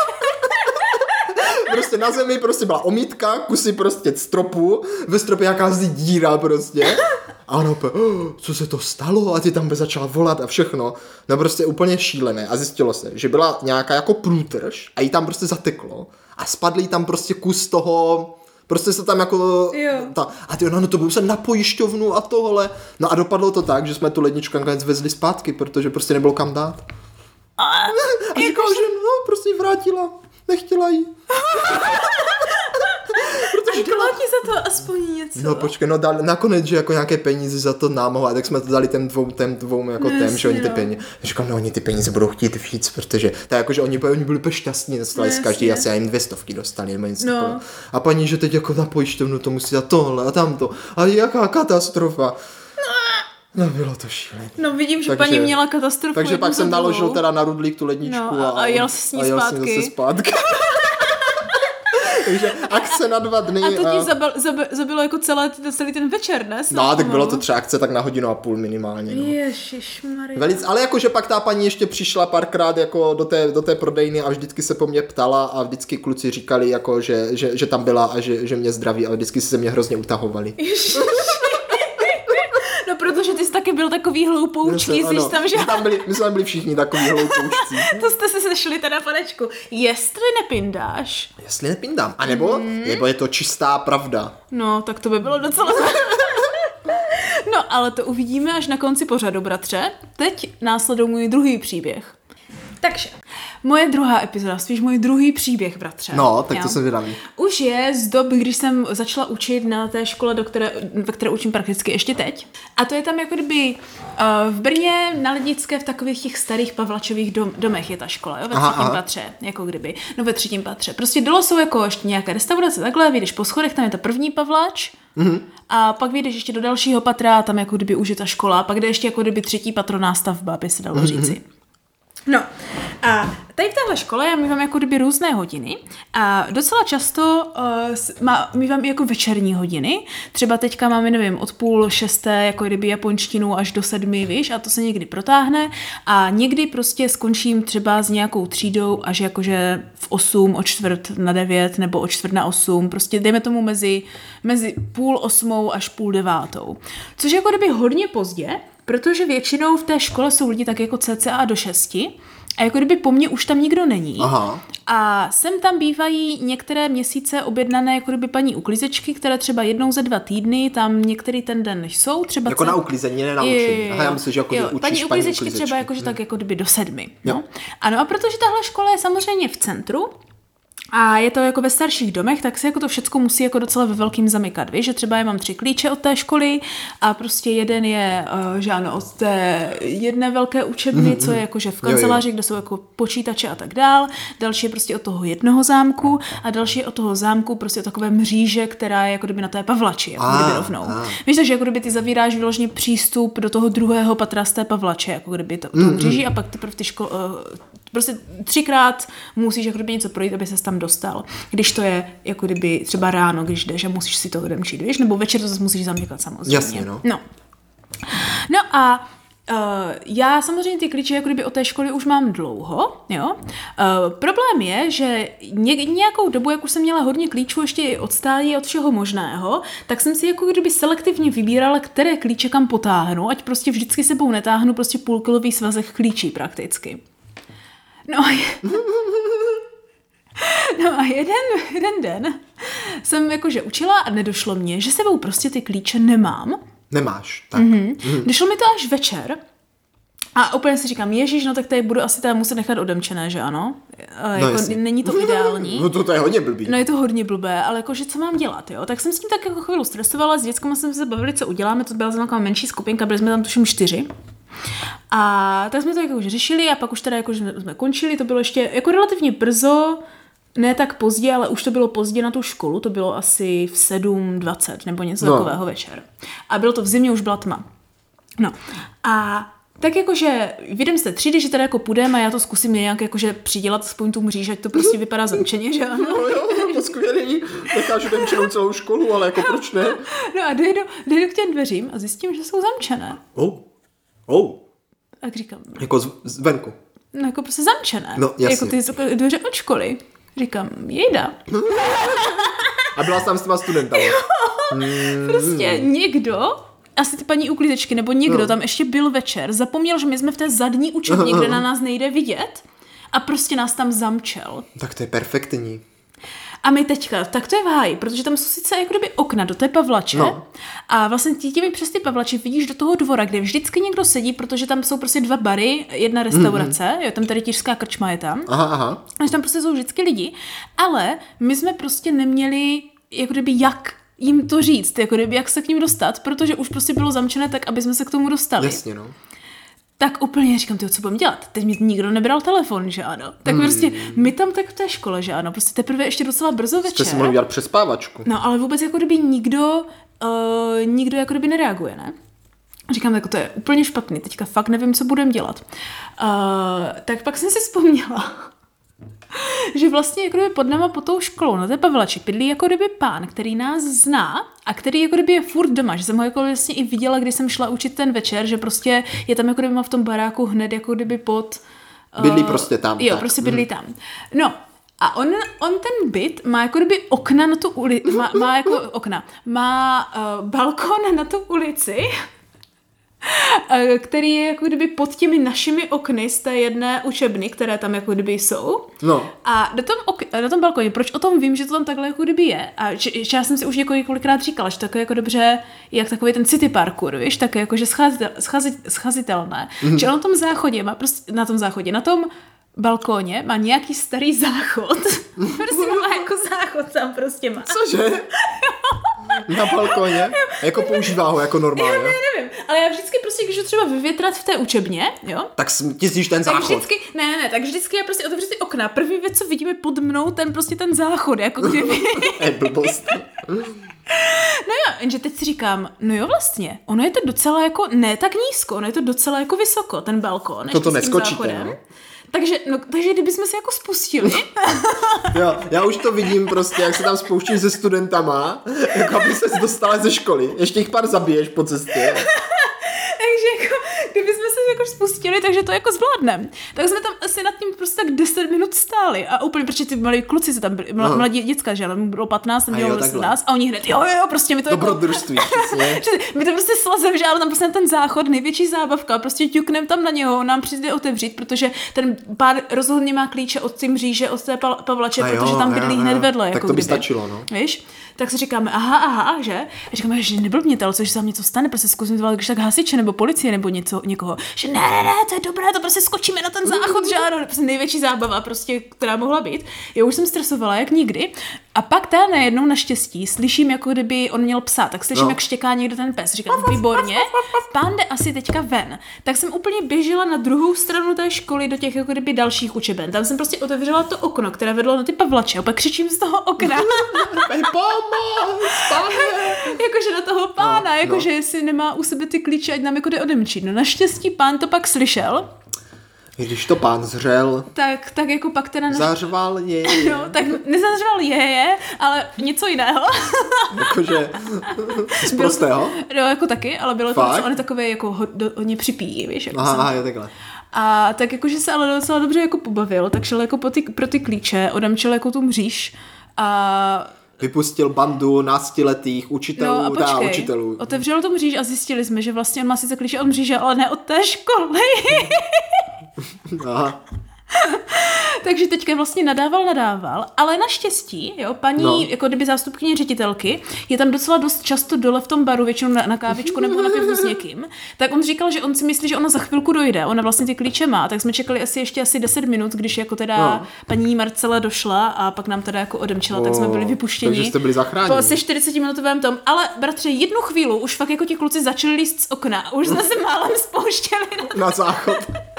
Prostě na zemi prostě byla omítka, kusy prostě stropu, ve stropě jakási díra prostě. A ono opět, oh, co se to stalo? A ty tam by začala volat a všechno. No prostě úplně šílené. A zjistilo se, že byla nějaká jako průtrž a jí tam prostě zateklo. A spadl jí tam prostě kus toho, prostě se tam jako... Ta, a ty, no, no to bylo se na pojišťovnu a tohle. No a dopadlo to tak, že jsme tu ledničku nakonec vezli zpátky, protože prostě nebylo kam dát. A, a říkal, že no, prostě ji vrátila. Nechtěla jí. Protože a dala ti za to aspoň něco? No počkej, no dali, nakonec, že jako nějaké peníze za to nám mohla, tak jsme to dali těm dvou, těm dvou jako no, těm, že oni ty peníze. Říkám, no oni ty peníze budou chtít víc, protože tak jako, že oni, oni byli úplně šťastní, dostali no, z každý, asi jim dvě stovky dostali, nebo něco no. A paní, že teď jako na pojišťovnu to musí dát tohle a tamto. A jaká katastrofa. No bylo to šílené. No vidím, že takže, paní měla katastrofu. Takže pak jsem naložil teda na rudlík tu ledničku no, a, a jel s ní a zpátky. Jel s ní zpátky. Takže akce na dva dny. A to ti zabil, zabil, zabilo jako celé, celý ten večer, ne? No, tak pomalu. Bylo to třeba akce tak na hodinu a půl minimálně. No. Ježišmarja. Velic, ale jakože pak ta paní ještě přišla párkrát jako do té, do té prodejny a vždycky se po mně ptala a vždycky kluci říkali, jako, že, že, že tam byla a že, že mě zdraví a vždycky se mě hrozně utahovali. No, protože ty jsi taky byl takový hloupoučký, no, jsi tam, že... My, tam byli, my jsme byli všichni takový hloupoučci. To jste se sešli teda, panečku. Jestli nepindáš. Jestli nepindám. A nebo, mm. nebo je to čistá pravda. No, tak to by bylo docela... No, ale to uvidíme až na konci pořadu, bratře. Teď následuje můj druhý příběh. Takže, moje druhá epizoda, spíš můj druhý příběh, bratře. No, tak jo? To se vydávím. Už je z doby, když jsem začala učit na té škole, do které, ve které učím prakticky ještě teď. A to je tam jako kdyby uh, v Brně na Lednické v takových těch starých Pavlačových dom, domech je ta škola, jo, ve aha, třetím aha. patře, jako kdyby. No ve třetím patře. Prostě dole jsou jako ještě nějaké restaurace, takhle, vyjdeš po schodech, tam je to první Pavlač. Mm-hmm. A pak vyjdeš ještě do dalšího patra, tam jako kdyby už je ta škola, pak jde ještě jako kdyby třetí patro nástavba, by se dalo mm-hmm. říci. No a tady v téhle škole já mývám jako kdyby různé hodiny a docela často uh, má, mývám jako večerní hodiny. Třeba teďka máme, nevím, od půl šesté jako kdyby japonštinu až do sedmi, víš, a to se někdy protáhne a někdy prostě skončím třeba s nějakou třídou až jakože v osm, o čtvrt na devět nebo o čtvrt na osm, prostě dejme tomu mezi, mezi půl osmou až půl devátou. Což je jako kdyby hodně pozdě, protože většinou v té škole jsou lidi tak jako cca do šesti a jako kdyby po mně už tam nikdo není. Aha. A sem tam bývají některé měsíce objednané jako kdyby paní uklízečky, které třeba jednou za dva týdny tam některý ten den jsou. Třeba jako cel... na uklízení, ne na učení. Aha, já myslím, že jako jo, že učíš paní uklízečky paní uklízečky. třeba jakože hmm. tak jako kdyby do sedmi. Jo. No. Ano, a protože tahle škola je samozřejmě v centru, a je to jako ve starších domech, tak se jako to všecko musí jako docela ve velkým zamykat, víš, že třeba já mám tři klíče od té školy a prostě jeden je, uh, že ano, od té jedné velké učebny, mm-hmm. co je jakože v kanceláři, jo, jo. kde jsou jako počítače a tak dál, další je prostě od toho jednoho zámku a další je od toho zámku prostě od takové mříže, která je jako kdyby na té Pavlači, jako ah, kdyby rovnou. Ah. Víš, takže jako kdyby ty zavíráš vyloženě přístup do toho druhého patra z té Pavlače, jako kdyby to, mm-hmm. mříží a pak teprve ty ško- uh, prostě třikrát musíš jako kdyby něco projít, aby ses tam dostal. Když to je jako kdyby třeba ráno, když jdeš a musíš si to odemčít, víš? Nebo večer to zase musíš zamykat samozřejmě. Jasně, no. No, no a uh, já samozřejmě ty klíče jako kdyby od té školy už mám dlouho, jo. Uh, problém je, že ně, nějakou dobu, jak už jsem měla hodně klíčů ještě od stálí, od všeho možného, tak jsem si jako kdyby selektivně vybírala, které klíče kam potáhnu, ať prostě vždycky sebou netáhnu prostě půlkilový svazek klíčí prakticky. No a, no a jeden, jeden den jsem jakože učila a nedošlo mě, že sebou prostě ty klíče nemám. Nemáš, tak. Mm-hmm. Mm-hmm. Došlo mi to až večer a úplně si říkám, ježiš, no tak tady budu asi teda muset nechat odemčené, že ano? No jako, není to ideální. No to, to je hodně blbý. No je to hodně blbé, ale jakože co mám dělat, jo? Tak jsem s tím tak jako chvíli stresovala, s dětskama jsme se bavili, co uděláme, to byla taková menší skupinka, byli jsme tam tuším čtyři. A tak jsme to jako už řešili a pak už teda jako jsme končili, to bylo ještě jako relativně brzo, ne tak pozdě, ale už to bylo pozdě na tu školu, to bylo asi v sedm dvacet nebo něco no. takového večer. A bylo to v zimě, už byla tma. No a tak jakože vyjdem z té třídy, že teda jako půjdeme a já to zkusím nějak jakože přidělat aspoň tu mříž, ať to prostě vypadá zamčeně, že ano? No jo, to skvělý, necháš odemčenou celou školu, ale jako proč ne? No a dojdu, dojdu k těm dveřím a zjistím, že jsou zamčené. Oh. Oh. Tak říkám. Jako z, zvenku. No jako prostě zamčené. No jasně. Jako ty dveře od školy. Říkám, jejda. A byla jsi tam s těma studentama. Mm. Prostě někdo, asi ty paní uklízečky, nebo někdo no. tam ještě byl večer, zapomněl, že my jsme v té zadní učebně, kde na nás nejde vidět a prostě nás tam zamčel. Tak to je perfektní. A my teďka, tak to je v háji, protože tam jsou sice jako kdyby okna do té Pavlače no. a vlastně ty těmi přes ty Pavlače vidíš do toho dvora, kde vždycky někdo sedí, protože tam jsou prostě dva bary, jedna restaurace, mm-hmm. jo, tam tady rytířská krčma je tam. Aha, aha. Takže tam prostě jsou vždycky lidi, ale my jsme prostě neměli jako kdyby jak jim to říct, jako kdyby jak se k ním dostat, protože už prostě bylo zamčené tak, aby jsme se k tomu dostali. Jasně, no. Tak úplně říkám, tyjo, co budeme dělat? Teď mi nikdo nebral telefon, že ano. Tak hmm. prostě my tam tak v té škole, že ano. Prostě teprve ještě docela brzo večer. Jste si mohli dělat přespávačku. No, ale vůbec jako kdyby nikdo, uh, nikdo jako kdyby nereaguje, ne? Říkám, jako to je úplně špatný, teďka fakt nevím, co budeme dělat. Uh, tak pak jsem si vzpomněla, že vlastně jako kdyby pod náma pod tou školou na té Pavlači bydlí jako kdyby pán, který nás zná a který jako kdyby je furt doma, že jsem ho jako vlastně i viděla, když jsem šla učit ten večer, že prostě je tam jako kdyby v tom baráku hned jako kdyby pod... Uh, bydlí prostě tam. Jo, tak. prostě bydlí hmm. tam. No, a on, on ten byt má jako kdyby okna na tu ulici, má, má jako okna, má uh, balkon na tu ulici, který je jako kdyby pod těmi našimi okny z té jedné učebny, které tam jako kdyby jsou. No. A na tom, ok- na tom balkoně, proč o tom vím, že to tam takhle jako kdyby je? A že, že já jsem si už několikrát říkala, že to je jako dobře, jak takový ten city parkour, víš, tak jako, že schazitel, schazi, schazitelné. Mm. Že on na tom záchodě má prostě, na tom záchodě, na tom balkóně má nějaký starý záchod. Prostě má jako záchod tam prostě má. Cože? Na balkóně? Jako používá ho jako normálně. Já ne, nevím, ale já vždycky prostě, když ho třeba vyvětrat v té učebně, jo? Tak tizdíš ten záchod. Tak vždycky, ne, ne, ne, tak vždycky já prostě otevřu ty okna. První věc, co vidíme pod mnou, ten prostě ten záchod, jako kdyby. Je blbost. No jo, jenže teď si říkám, no jo vlastně, ono je to docela jako, ne tak nízko, ono je to docela jako vysoko, ten balkon. To to neskočíte, no? Takže, no, takže kdybychom se jako spustili. Jo, já už to vidím prostě, jak se tam spouštíš se studentama, jako aby ses dostala ze školy. Ještě jich pár zabiješ po cestě. Takže jako, kdybychom se jako spustili, takže to jako zvládneme. Tak jsme tam asi nad tím prostě tak deset minut stáli a úplně, protože ty malí kluci se tam byli, mladí mladí děcka, že ale mu bylo patnáct, tam bylo osmnáct a oni hned, jo, jo, jo, prostě mi to dobrodružství, jako... přesně. My to prostě slazem, že ale tam prostě na ten záchod, největší zábavka, prostě ťuknem tam na něho, nám přijde otevřít, protože ten pár rozhodně má klíče od té mříže, od té Pavlače, jo, protože tam bydlí hned vedle. Tak jako to by kdyby. Stačilo, no. Víš? Tak si říkáme, aha, aha, že? A říkáme, že neblbněte, ale co, že se vám něco stane, prostě zkusím to když tak hasiče nebo policie nebo něco, někoho. Že ne, ne, ne, to je dobré, to prostě skočíme na ten záchod, že ano, prostě největší zábava, prostě, která mohla být. Já už jsem stresovala, jak nikdy. A pak ta najednou naštěstí slyším, jako kdyby on měl psa, tak slyším, no. jak štěká někdo ten pes. Říkám, výborně, pán jde asi teďka ven. Tak jsem úplně běžela na druhou stranu té školy do těch jako kdyby dalších učeben. Tam jsem prostě otevřela to okno, které vedlo na ty Pavlače. A pak křičím z toho okna. Pomoc, pane! Jakože na toho pána, no, jakože no. jestli nemá u sebe ty klíče, ať nám jako jde odemčit. No naštěstí pán to pak slyšel. Když to pán zřel, tak, tak jako pak teda... Naš... Zařval je. No, tak nezařval je, je, ale něco jiného. Jakože z prostého? No, jako taky, ale bylo Fakt? to, on je takový jako hodně připíjí, víš. Jako aha, jsem... aha, je takhle. A tak jakože se ale docela dobře jako pobavil, tak šel jako po ty, pro ty klíče, odemčil jako tu mříž a... Vypustil bandu náctiletých učitelů no a počkej, a učitelů. Otevřel tu mříž a zjistili jsme, že vlastně on má sice klíče od mříže, ale ne od té školy. Aha. Takže teďka vlastně nadával, nadával, ale naštěstí, jo, paní, no. jako kdyby zástupkyně ředitelky, je tam docela dost často dole v tom baru, většinou na, na kávičku nebo na pivu s někým, tak on říkal, že on si myslí, že ona za chvilku dojde, ona vlastně ty klíče má, tak jsme čekali asi ještě asi deset minut, když jako teda no. paní Marcela došla a pak nám teda jako odemčila, oh, tak jsme byli vypuštěni. Takže jste byli zachráněni. Po asi čtyřicetiminutovém tom, ale bratře, jednu chvíli už fakt jako ti kluci začali líst z okna a už jsme se málem spouštěli na, na záchod.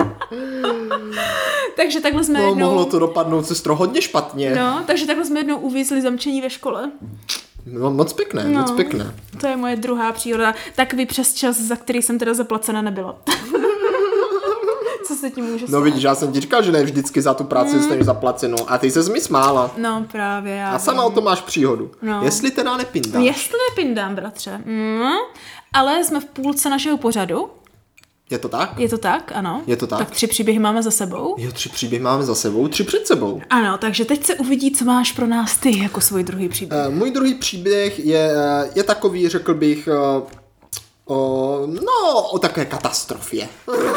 Takže takhle jsme no, jednou... mohlo to dopadnout sestro hodně špatně. No, takže takhle jsme jednou uvízli zamčení ve škole. No, moc pěkné, no, moc pěkné. To je moje druhá příhoda. Takový přes čas, za který jsem teda zaplacena nebyla. Co se tím může stát? No vidíš, já jsem ti říkal, že ne vždycky za tu práci mm. dostaneš zaplaceno a ty ses mi smála. No právě, já A sama vím. o tom máš příhodu. No. Jestli teda nepindáš. Jestli nepindám, bratře. Mm. Ale jsme v půlce našeho pořadu. Je to tak? Je to tak, ano. Je to tak? Tak tři příběhy máme za sebou. Jo, tři příběhy máme za sebou, tři před sebou. Ano, takže teď se uvidí, co máš pro nás ty jako svůj druhý příběh. Uh, můj druhý příběh je, je takový, řekl bych, uh, o, no, o takové katastrofě.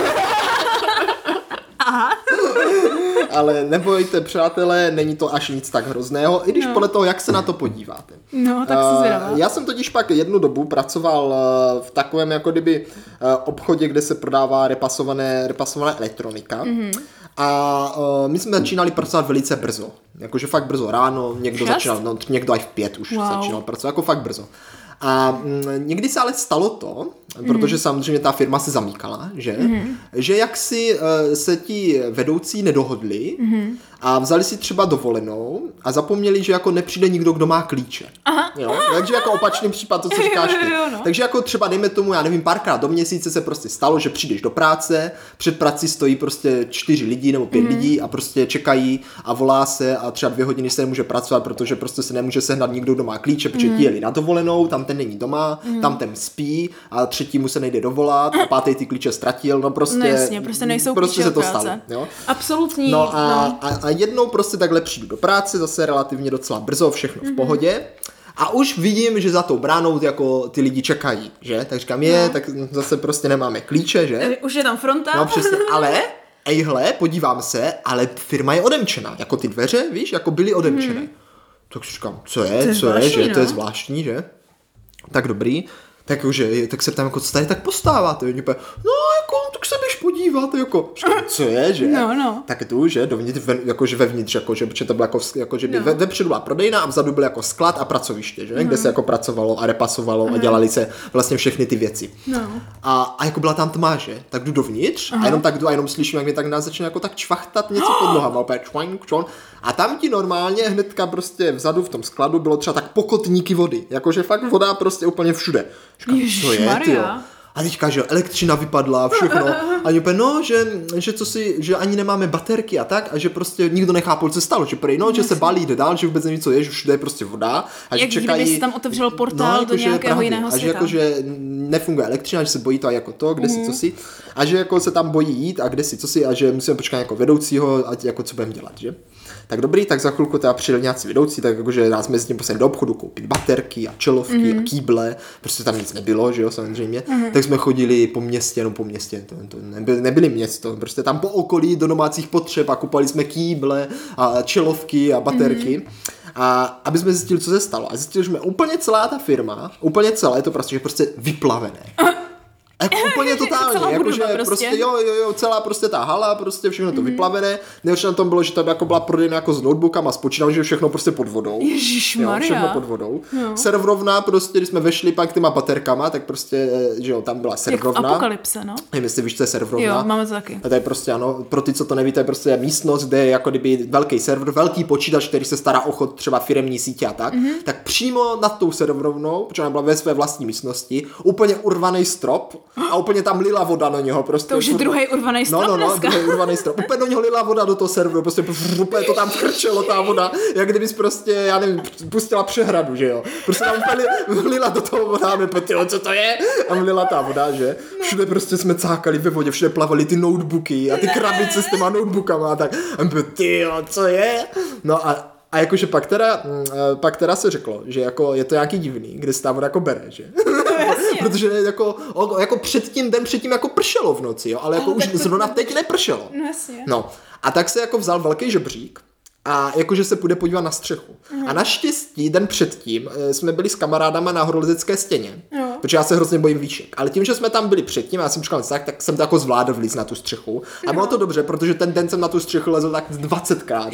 Aha. Ale nebojte, přátelé, není to až nic tak hrozného, i když no. podle toho, jak se na to podíváte. No, tak se zvědavá. Já jsem totiž pak jednu dobu pracoval v takovém jako kdyby obchodě, kde se prodává repasované, repasované elektronika. Mm-hmm. A uh, my jsme začínali pracovat velice brzo. Jakože fakt brzo ráno, někdo Šest? začínal, no, někdo až v pět už wow. začínal pracovat, jako fakt brzo. A mm, někdy se ale stalo to, mm. protože samozřejmě ta firma se zamykala, že, mm. že jak si uh, se ti vedoucí nedohodli mm. a vzali si třeba dovolenou a zapomněli, že jako nepřijde nikdo, kdo má klíče. Aha. Jo? Takže jako opačný případ, to, co říkáš ty. No. Takže jako třeba dejme tomu, já nevím, párkrát do měsíce se prostě stalo, že přijdeš do práce, před prací stojí prostě čtyři lidi nebo pět mm. lidí a prostě čekají a volá se a třeba dvě hodiny se nemůže pracovat, protože prostě se nemůže sehnat nikdo, kdo má klíče, protože mm. ti jeli na dovolenou, tam ten není doma, mm. tam ten spí a třetímu se nejde dovolat a pátý ty klíče ztratil, no prostě, no jasně, prostě nejsou prostě se to práce. stalo. Jo? Absolutní. No a, no. A, a jednou prostě takhle přijdu do práce, zase relativně docela brzo, všechno mm-hmm. v pohodě. A už vidím, že za tou bránou jako ty lidi čekají, že? Tak říkám, je, no. tak zase prostě nemáme klíče, že? Už je tam fronta. No přesně, ale, ejhle, podívám se, ale firma je odemčená, jako ty dveře, víš, jako byly odemčené. Mm. Tak si říkám, co je, je co je, že? No? To je zvláštní, že? Tak dobrý. Tak, že, tak se ptám, jako, co tady tak postáváte? Oni úplně, no, jako, tak se běž podívat, jako, co je, že? No, no. Tak tu, že, dovnitř, ve, jakože vevnitř, jakože, protože to bylo jako, jakože no. ve, vepředu byla prodejna a vzadu byl jako sklad a pracoviště, že? Mm. Kde se jako pracovalo a repasovalo mm. a dělali se vlastně všechny ty věci. No. A, a jako byla tam tma, že? Tak jdu dovnitř Aha. a jenom tak jdu a jenom slyším, jak mi tak nás začne jako tak čvachtat něco pod nohama, opět čvank, čon. A tam ti normálně hnedka prostě vzadu v tom skladu bylo třeba tak pokotníky vody, jakože fakt voda prostě úplně všude. Říkám, co je, tyjo? A teďka, že elektřina vypadla, všechno. A oni úplně, no, že, že, co si, že ani nemáme baterky a tak, a že prostě nikdo nechápal, co se stalo, že prej, no, že se balí, jde dál, že vůbec neví, co je, že všude je prostě voda. A že jak čekají, kdyby se tam otevřel portál no, jako, do nějakého právě, jiného a světa. že jako, že nefunguje elektřina, že se bojí to a jako to, kde mm. si, co si. A že jako se tam bojí jít a kde si, co si, a že musíme počkat jako vedoucího, a jako co budeme dělat, že? Tak dobrý, tak za chvilku teda přijeli nějací vedoucí, tak jakože nás mezi tím poslali do obchodu koupit baterky a čelovky mm-hmm. a kýble, prostě tam nic nebylo, že jo, samozřejmě. Mm-hmm. Tak jsme chodili po městě, no po městě, to, to nebyly, nebyly město, prostě tam po okolí do domácích potřeb a kupovali jsme kýble a čelovky a baterky. Mm-hmm. A aby jsme zjistili, co se stalo. A zjistili jsme úplně celá ta firma, úplně celé je to prostě, že prostě vyplavené. Jako úplně totálně, jakože prostě. prostě jo, jo, jo, celá prostě ta hala, prostě všechno to mm. vyplavené. Nejhorší na tom bylo, že tam jako byla prodejna jako s notebookama, spočítám, že všechno prostě pod vodou. Ježišmarja. Jo, všechno pod vodou. Jo. Serverovna prostě, když jsme vešli pak těma baterkama, tak prostě, že jo, tam byla serverovna. Jak v Apokalypse, no. Nevím, jestli víš, co je serverovna. Jo, máme to taky. A to je prostě, ano, pro ty, co to neví, to je prostě místnost, kde je jako kdyby velký server, velký počítač, který se stará o chod třeba firemní sítě a tak. Mm-hmm. Tak přímo nad tou serverovnou, protože ona byla ve své vlastní místnosti, úplně urvaný strop a úplně tam lila voda na něho. Prostě. To už je druhý urvaný strop. No, no, no, druhý urvaný strop. Úplně do něho lila voda do toho serveru, prostě úplně to tam krčelo, ta voda, jak kdybys prostě, já nevím, pustila přehradu, že jo. Prostě tam úplně lila do toho voda a my tyjo, co to je? A lila ta voda, že? Všude prostě jsme cákali ve vodě, všude plavaly ty notebooky a ty krabice s těma notebookama a tak. A my tyjo, co je? No a A jakože pak teda, pak teda se řeklo, že jako je to nějaký divný, kde se ta voda jako bere, že? Protože jako, jako předtím, den předtím jako pršelo v noci, jo? Ale jako ale už zrovna teď nepršelo. No jasně. No. A tak se jako vzal velký žebřík a jakože se půjde podívat na střechu. Uh-huh. A naštěstí den předtím jsme byli s kamarádama na horolezecké stěně, uh-huh. protože já se hrozně bojím výšek. Ale tím, že jsme tam byli předtím, a já jsem říkal tak, tak jsem to jako zvládl vlíz na tu střechu. A bylo to dobře, protože ten den jsem na tu střechu lezl tak dvacetkrát.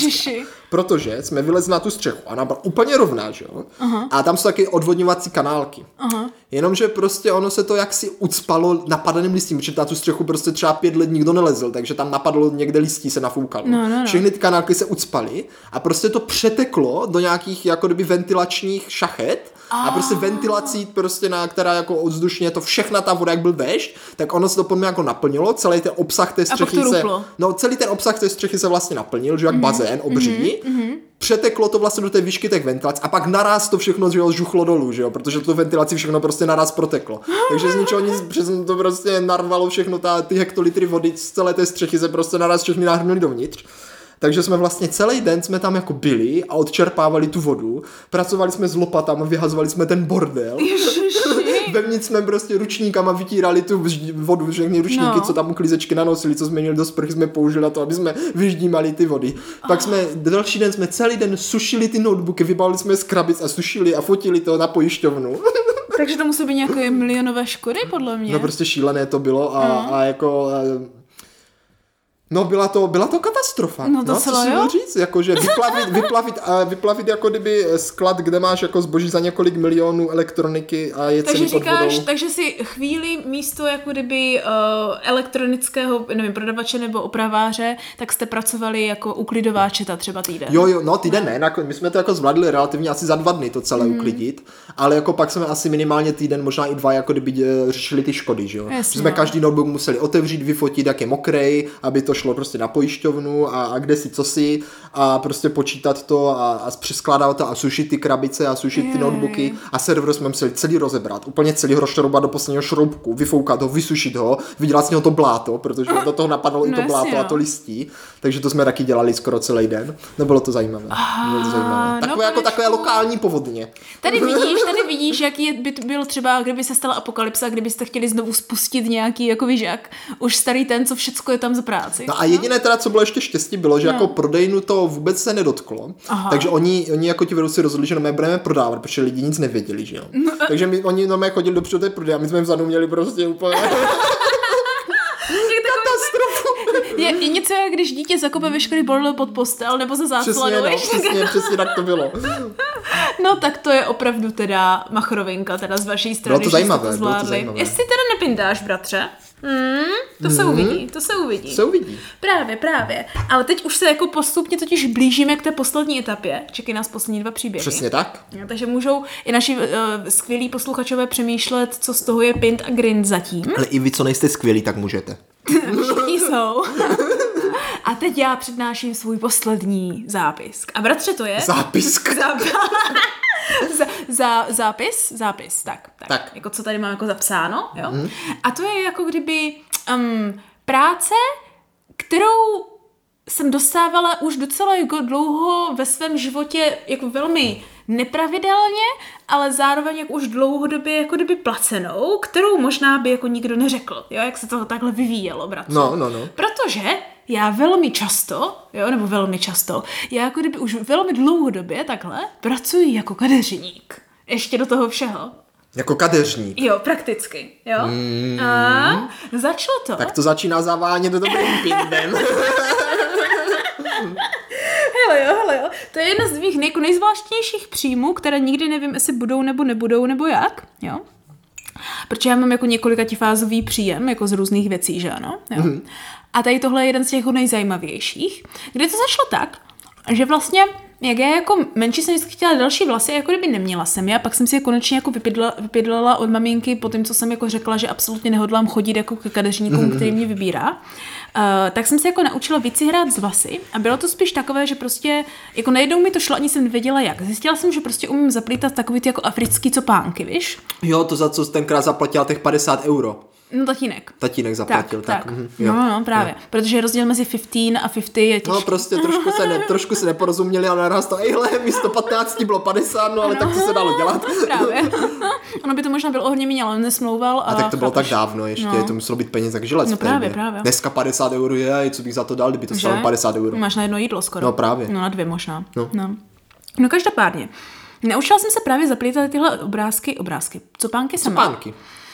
Protože jsme vylezli na tu střechu a ona byla úplně rovná, že jo? Uh-huh. A tam jsou taky odvodňovací kanálky. Uh-huh. Jenomže prostě ono se to jaksi ucpalo napadaným listím, protože na tu střechu prostě třeba pět let nikdo nelezl, takže tam napadlo někde listí se nafoukalo. No, no, no. Všechny ty kanálky se ucpaly a prostě to přeteklo do nějakých jako kdyby ventilačních šachet a prostě ventilací prostě na, která jako ovzdušně to všechna ta voda, jak byl déšť, tak ono se to podle mě jako naplnilo, celý ten obsah té střechy se, no celý ten obsah té střechy se vlastně naplnil, že jak mm-hmm. bazén obří, mm-hmm. přeteklo to vlastně do té výšky těch ventilací a pak naraz to všechno, že jo, žuchlo dolů, že jo, protože to ventilaci všechno prostě naraz proteklo. Takže z ničeho nic, přes to prostě narvalo všechno, ta, ty hektolitry vody z celé té střechy se prostě naraz všechny nahrnuli dovnitř. Takže jsme vlastně celý den jsme tam jako byli a odčerpávali tu vodu, pracovali jsme s lopatama, vyhazovali jsme ten bordel. Vevnitř jsme prostě ručníkama vytírali tu vodu, všechny ručníky, no. co tam uklízečky nanosili, co jsme měli do sprchy, jsme použili na to, aby jsme vyždímali ty vody. Pak jsme, další den jsme celý den sušili ty notebooky, vybavili jsme z krabic a sušili a fotili to na pojišťovnu. Takže to musí být nějaké milionové škody, podle mě. No prostě šílené to bylo a, no. a jako... No byla to, byla to katastrofa. No to no, celé, co si jo? říct, jakože vyplavit, vyplavit, vyplavit jako kdyby sklad, kde máš jako zboží za několik milionů elektroniky a je takže celý pod říkáš, vodou. Takže si chvíli místo jako kdyby uh, elektronického, nevím, prodavače nebo opraváře, tak jste pracovali jako uklidováče ta třeba týden. Jo, jo, no týden ne, my jsme to jako zvládli relativně asi za dva dny to celé mm. uklidit, ale jako pak jsme asi minimálně týden, možná i dva, jako kdyby řešili ty škody, že jo. Jasně, jsme no. každý notebook museli otevřít, vyfotit, jak je mokrej, aby to šlo prostě na pojišťovnu a, a kde si co si a prostě počítat to a, a přeskládat to a sušit ty krabice a sušit ty notebooky a server jsme museli celý rozebrat, úplně celý ho rozšroubat do posledního šroubku, vyfoukat ho, vysušit ho, vydělat z něho to bláto, protože do toho napadlo no, i to bláto jasně, a to listí, takže to jsme taky dělali skoro celý den. No bylo to zajímavé. Ah, bylo to zajímavé. Takové, no, jako takové lokální povodně. Tady vidíš, tady vidíš, jak je, by byl třeba, kdyby se stala apokalypsa, kdybyste chtěli znovu spustit nějaký jako vyžak, už starý ten, co všecko je tam za práci. No a jediné teda, co bylo ještě štěstí, bylo, že no. jako prodejnu to vůbec se nedotklo. Aha. Takže oni, oni jako ti vedoucí rozhodli, že no my budeme prodávat, protože lidi nic nevěděli, že jo. No. Takže my, oni no my chodili dopředu té prodej a my jsme vzadu měli prostě úplně... Je, je něco, jak když dítě zakope veškerý bordel pod postel nebo za záclanou. Přesně, no, přesně, přesně tak to bylo. No tak to je opravdu teda machrovinka, teda z vaší strany, bylo to zajímavé, to bylo to zajímavé. Jestli teda nepindáš, bratře, Hmm, to se mm. uvidí, to se uvidí. Se uvidí. Právě, právě. Ale teď už se jako postupně totiž blížíme k té poslední etapě. Čekají nás poslední dva příběhy. Přesně tak. No, takže můžou i naši uh, skvělí posluchačové přemýšlet, co z toho je pint a grind zatím. Ale i vy, co nejste skvělí, tak můžete. Všichni jsou. A teď já přednáším svůj poslední zápis. A bratře, to je... Zápisk. Záp... za, za, zápis? Zápis, tak, tak. tak. Jako co tady mám jako zapsáno, jo? Mm. A to je jako kdyby um, práce, kterou jsem dostávala už docela jako dlouho ve svém životě jako velmi nepravidelně, ale zároveň jako už dlouhodobě jako kdyby placenou, kterou možná by jako nikdo neřekl, jo, jak se to takhle vyvíjelo, bratře. No, no, no. Protože já velmi často, jo, nebo velmi často, já jako kdyby už velmi dlouhodobě takhle pracuji jako kadeřník. Ještě do toho všeho. Jako kadeřník. Jo, prakticky, jo. Mm. A začalo to. Tak to začíná zavánět dobrým pindem. Hele jo, hele jo. To je jedna z mých nej- nejzvláštnějších příjmů, které nikdy nevím, jestli budou nebo nebudou, nebo jak, jo. Protože já mám jako několikatifázový příjem, jako z různých věcí, že ano, jo. Mm. A tady tohle je jeden z těch nejzajímavějších, kde to začalo tak, že vlastně, jak já jako menší jsem vždycky chtěla další vlasy, jako kdyby neměla jsem je, a pak jsem si je konečně jako vypydla, vypydlala od maminky po tom, co jsem jako řekla, že absolutně nehodlám chodit jako ke kadeřníkům, mm-hmm. který mě vybírá. Uh, tak jsem se jako naučila víc si hrát z vlasy a bylo to spíš takové, že prostě jako najednou mi to šlo, ani jsem nevěděla jak. Zjistila jsem, že prostě umím zaplítat takový ty jako africký copánky, víš? Jo, to za co jsi tenkrát zaplatila těch padesát euro. No tatínek. Tatínek zaplatil, tak. tak. tak. Mhm, no, no, právě. Jo. Protože rozdíl mezi patnáct a padesát je těžký. No prostě trošku se, ne, trošku se neporozuměli, ale naraz to, ejhle, místo patnáct bylo padesát, no ale no, tak to se dalo dělat. Právě. Ono by to možná bylo hodně méně, ale nesmlouval. A, a tak to bylo chápeš. Tak dávno ještě, no. To muselo být peněz jak želez. No právě, právě. Dneska padesát euro je, co bych za to dal, kdyby to stalo padesát euro. Máš na jedno jídlo skoro. No právě. No na dvě možná. No, no. no každopádně. Naučila jsem se právě zaplítat tyhle obrázky, obrázky, copánky sama. Copánky.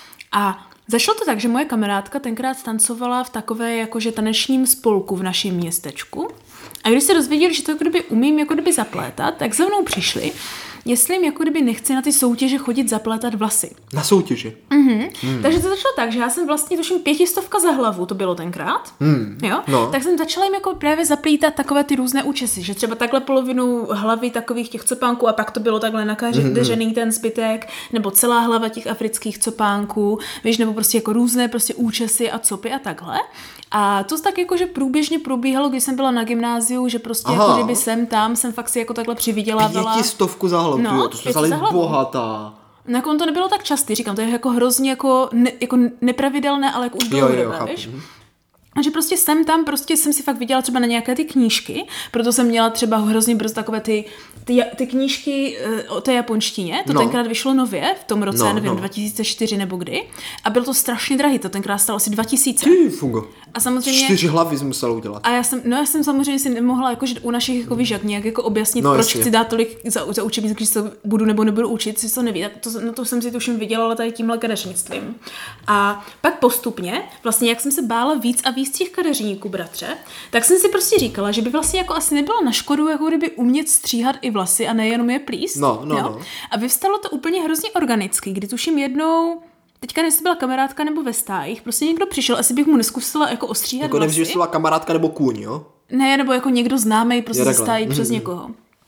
A zašlo to tak, že moje kamarádka tenkrát tancovala v takové jakože tanečním spolku v našem městečku. A když se dozvěděli, že to jako kdyby umím jako kdyby zaplétat, tak za mnou přišli, jestli jim jako kdyby nechci na ty soutěže chodit zaplétat vlasy. Na soutěže? Mhm. Hmm. Takže to začalo tak, že já jsem vlastně tuším pětistovka za hlavu, to bylo tenkrát. Hmm. Jo? No. Tak jsem začala jim jako právě zaplítat takové ty různé účesy, že třeba takhle polovinu hlavy takových těch copánků a pak to bylo takhle nakadeřený hmm. ten zbytek, nebo celá hlava těch afrických copánků, víš, nebo prostě jako různé prostě účesy a copy a takhle. A to tak jako, že průběžně probíhalo, když jsem byla na gymnáziu, že prostě jako kdyby jsem tam, jsem fakt si jako takhle přivydělávala. Pětistovku za hlavu, no, to jsme vzali bohatá. No jako on to nebylo tak častý, říkám, to je jako hrozně jako, ne, jako nepravidelné, ale jako už dlouhodobé, víš? A že prostě jsem tam, prostě jsem si fakt viděla třeba na nějaké ty knížky, proto jsem měla třeba hrozně brzo takové ty, ty, ty knížky o té japonštině, to no. tenkrát vyšlo nově, v tom roce, no, nevím, no. dva tisíce čtyři nebo kdy, a bylo to strašně drahý, to tenkrát stalo asi dva tisíce. Ty fungo. A samozřejmě... Čtyři hlavy jsi musela udělat. A já jsem, no já jsem samozřejmě si nemohla jakože u našich jako víš, jak nějak jako objasnit, no, proč jasně. Chci dát tolik za, za učebnic, když se budu nebo nebudu učit, si to neví, tak to, no to jsem si tuším vydělala tady tímhle kadeřnictvím. A pak postupně, vlastně jak jsem se bála víc a víc těch kadeřníků, bratře, tak jsem si prostě říkala, že by vlastně jako asi nebylo na škodu, jako kdyby umět stříhat i vlasy a nejenom je plíst. No, no, jo? no. A vyvstalo to úplně hrozně organicky, kdy tuším jednou, teďka jestli byla kamarádka nebo ve stájích, prostě někdo přišel, asi bych mu neskusila jako ostříhat jako vlasy. Jako nevím, byla kamarádka nebo kůň, jo? Ne, nebo jako někdo známej prostě ze stájí přes mm-hmm. někoho.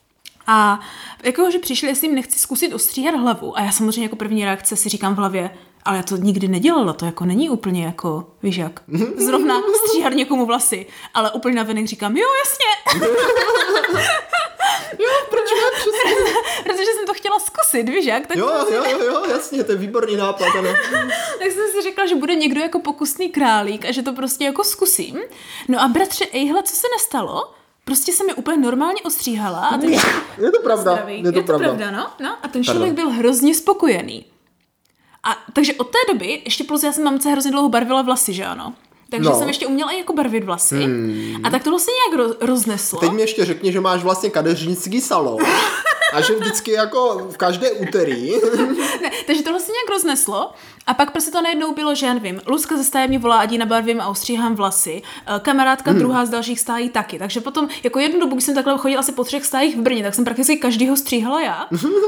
A jako, že přišli, jestli jim nechci zkusit ostříhat hlavu. A já samozřejmě jako první reakce si říkám v hlavě, ale já to nikdy nedělala, to jako není úplně jako, víš jak, zrovna stříhat někomu vlasy. Ale úplně navenek říkám, jo, jasně. Jo, proč ne, přesně. Protože jsem to chtěla zkusit, víš jak? Tak jo, jo, jo, jo, jasně, to je výborný nápad, ano. Tak jsem si řekla, že bude někdo jako pokusný králík a že to prostě jako zkusím. No a bratře, ejhle, co se nestalo? Prostě jsem je úplně normálně ostříhala. A ten... Je to pravda, Zdravý. je to je to pravda. pravda, no? no? A ten člověk byl hrozně spokojený. A takže od té doby, ještě plus já jsem mamce hrozně dlouho barvila vlasy, že ano? Takže no. jsem ještě uměla i jako barvit vlasy. Hmm. A tak tohle se nějak ro- rozneslo. Teď mi ještě řekni, že máš vlastně kadeřnický salon. A že vždycky jako v každé úterý. Ne, takže tohle se nějak rozneslo a pak prostě to najednou bylo, že já nevím, Luzka ze stáje mě volá, ať ji nabarvím a ostříhám vlasy. Kamarádka hmm. druhá z dalších stájí taky. Takže potom jako jednu dobu, když jsem takhle chodila asi po třech stájích v Brně, tak jsem prakticky každýho stříhala já.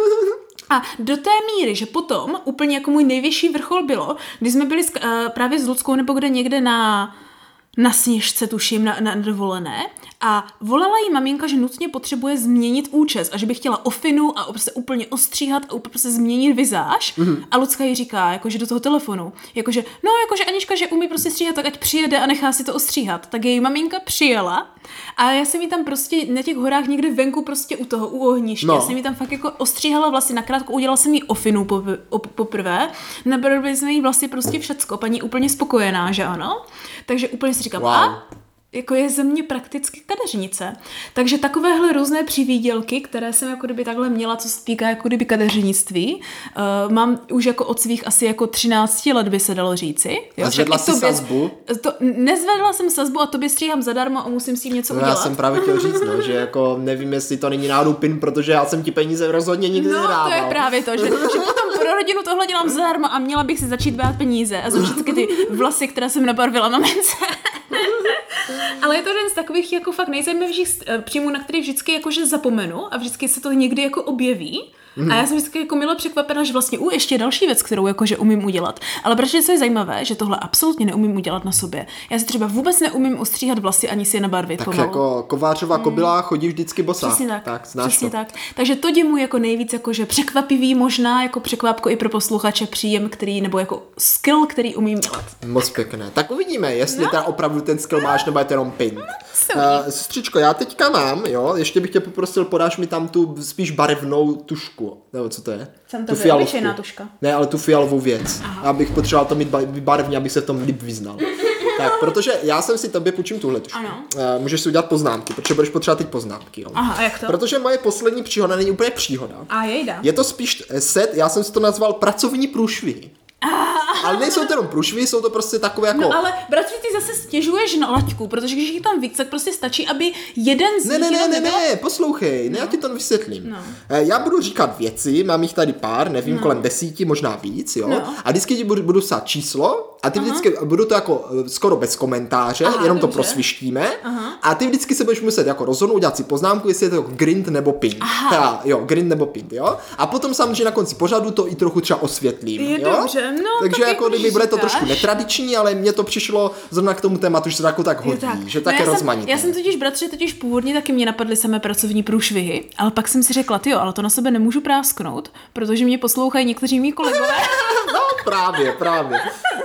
A do té míry, že potom úplně jako můj nejvyšší vrchol bylo, když jsme byli s, uh, právě s Luckou nebo kde někde na, na Sněžce, tuším, na, na dovolené a volala jí maminka, že nutně potřebuje změnit účes a že by chtěla ofinu a prostě úplně ostříhat a úplně prostě změnit vizáž. Mm-hmm. A Lucka jí říká, jakože do toho telefonu, jakože, no jakože Anička, že umí prostě stříhat, tak ať přijede a nechá si to ostříhat. Tak její maminka přijela a já jsem jí tam prostě na těch horách někde venku prostě u toho, u ohniště, no. Já jsem jí tam fakt jako ostříhala vlasy, nakrátko udělala jsem jí ofinu popr- poprvé, nabrali jsme jí vlasy prostě všecko, paní úplně spokojená, že ano? Takže úplně si říkám, wow. A jako je ze mě prakticky kadeřnice. Takže takovéhle různé přivídělky, které jsem jako kdyby takhle měla, co se týká jako kdyby kadeřnictví, uh, mám už jako od svých asi jako třinácti let by se dalo říci. Jo, a zvedla jsi tobě, sazbu? To, nezvedla jsem sazbu a tobě stříhám zadarmo a musím si něco no, udělat. Já jsem právě chtěl říct, no, že jako nevím, jestli to není náhodou pin, protože já jsem ti peníze rozhodně nikdy no, nedával. No to je právě to, že, že potom pro rodinu tohle dělám zadarmo a měla bych si začít brát peníze a za všechny ty vlasy, které jsem nabarvila mamince. Ale je to jeden z takových jako fakt nejzajímavějších příjmů, na který vždycky jakože zapomenu a vždycky se to někdy jako objeví. Mm. A já jsem vždycky jako mile překvapená, že vlastně u ještě další věc, kterou jakože umím udělat. Ale protože co je zajímavé, že tohle absolutně neumím udělat na sobě. Já si třeba vůbec neumím ostříhat vlasy ani si je nabarvit. Tak pomalu. jako kovářová kobila mm. chodí vždycky bosá. Přesně tak. tak znáš Přesně to. tak. Takže to je mu jako nejvíc jakože překvapivý, možná jako překvapko i pro posluchače příjem, který nebo jako skill, který umím dělat. Moc pěkné. Tak uvidíme, jestli no. teda opravdu ten skill máš, nebo je to jenom pin. Uh, sestřičko, já teďka mám, jo, ještě bych tě poprosil, podáš mi tam tu spíš barevnou tušku, nebo co to je? Jsem to tu obyčejná tuška. Ne, ale tu fialovou věc. Aha. Abych potřeboval to mít barevně, abych se v tom líp vyznal. Tak, protože já jsem si tobě půjčím tuhle tušku. Ano. Uh, můžeš si udělat poznámky, protože budeš potřebovat teď poznámky. Jo. Aha, a jak to? Protože moje poslední příhoda není úplně příhoda. A jejda. Je to spíš set, já jsem si to nazval pracovní průšvihy. Ale nejsou to jenom průšvihy, jsou to prostě takové jako... No ale bratři, ty zase stěžuješ na laťku, protože když jich tam víc, tak prostě stačí, aby jeden z ne, nich... Ne, ne, ne, nebyla... ne, poslouchej, no. ne, já ti to vysvětlím. No. Já budu říkat věci, mám jich tady pár, nevím, no. kolem desíti, možná víc, jo. No. A vždycky ti budu, budu psát číslo a ty Aha. vždycky, budu to jako skoro bez komentáře, Aha, jenom dobře. To prosvištíme. Aha. A ty vždycky se budeš muset jako rozhodnout, udělat si poznámku, jestli je to grind nebo pint. Teda, jo, grind nebo pint, jo. A potom samozřejmě na konci pořadu to i trochu třeba osvětlím, je jo. Dobře, no, takže jako kdyby bude to trošku netradiční, ale mně to přišlo zrovna k tomu tématu, že se tak tak hodí, tak. že tak no, je rozmanité. Já jsem totiž, bratře, totiž původně taky mě napadly samé pracovní průšvihy, ale pak jsem si řekla, tyjo, ale to na sebe nemůžu prásknout, protože mě poslouchají někteří mý kolegové. No právě, právě.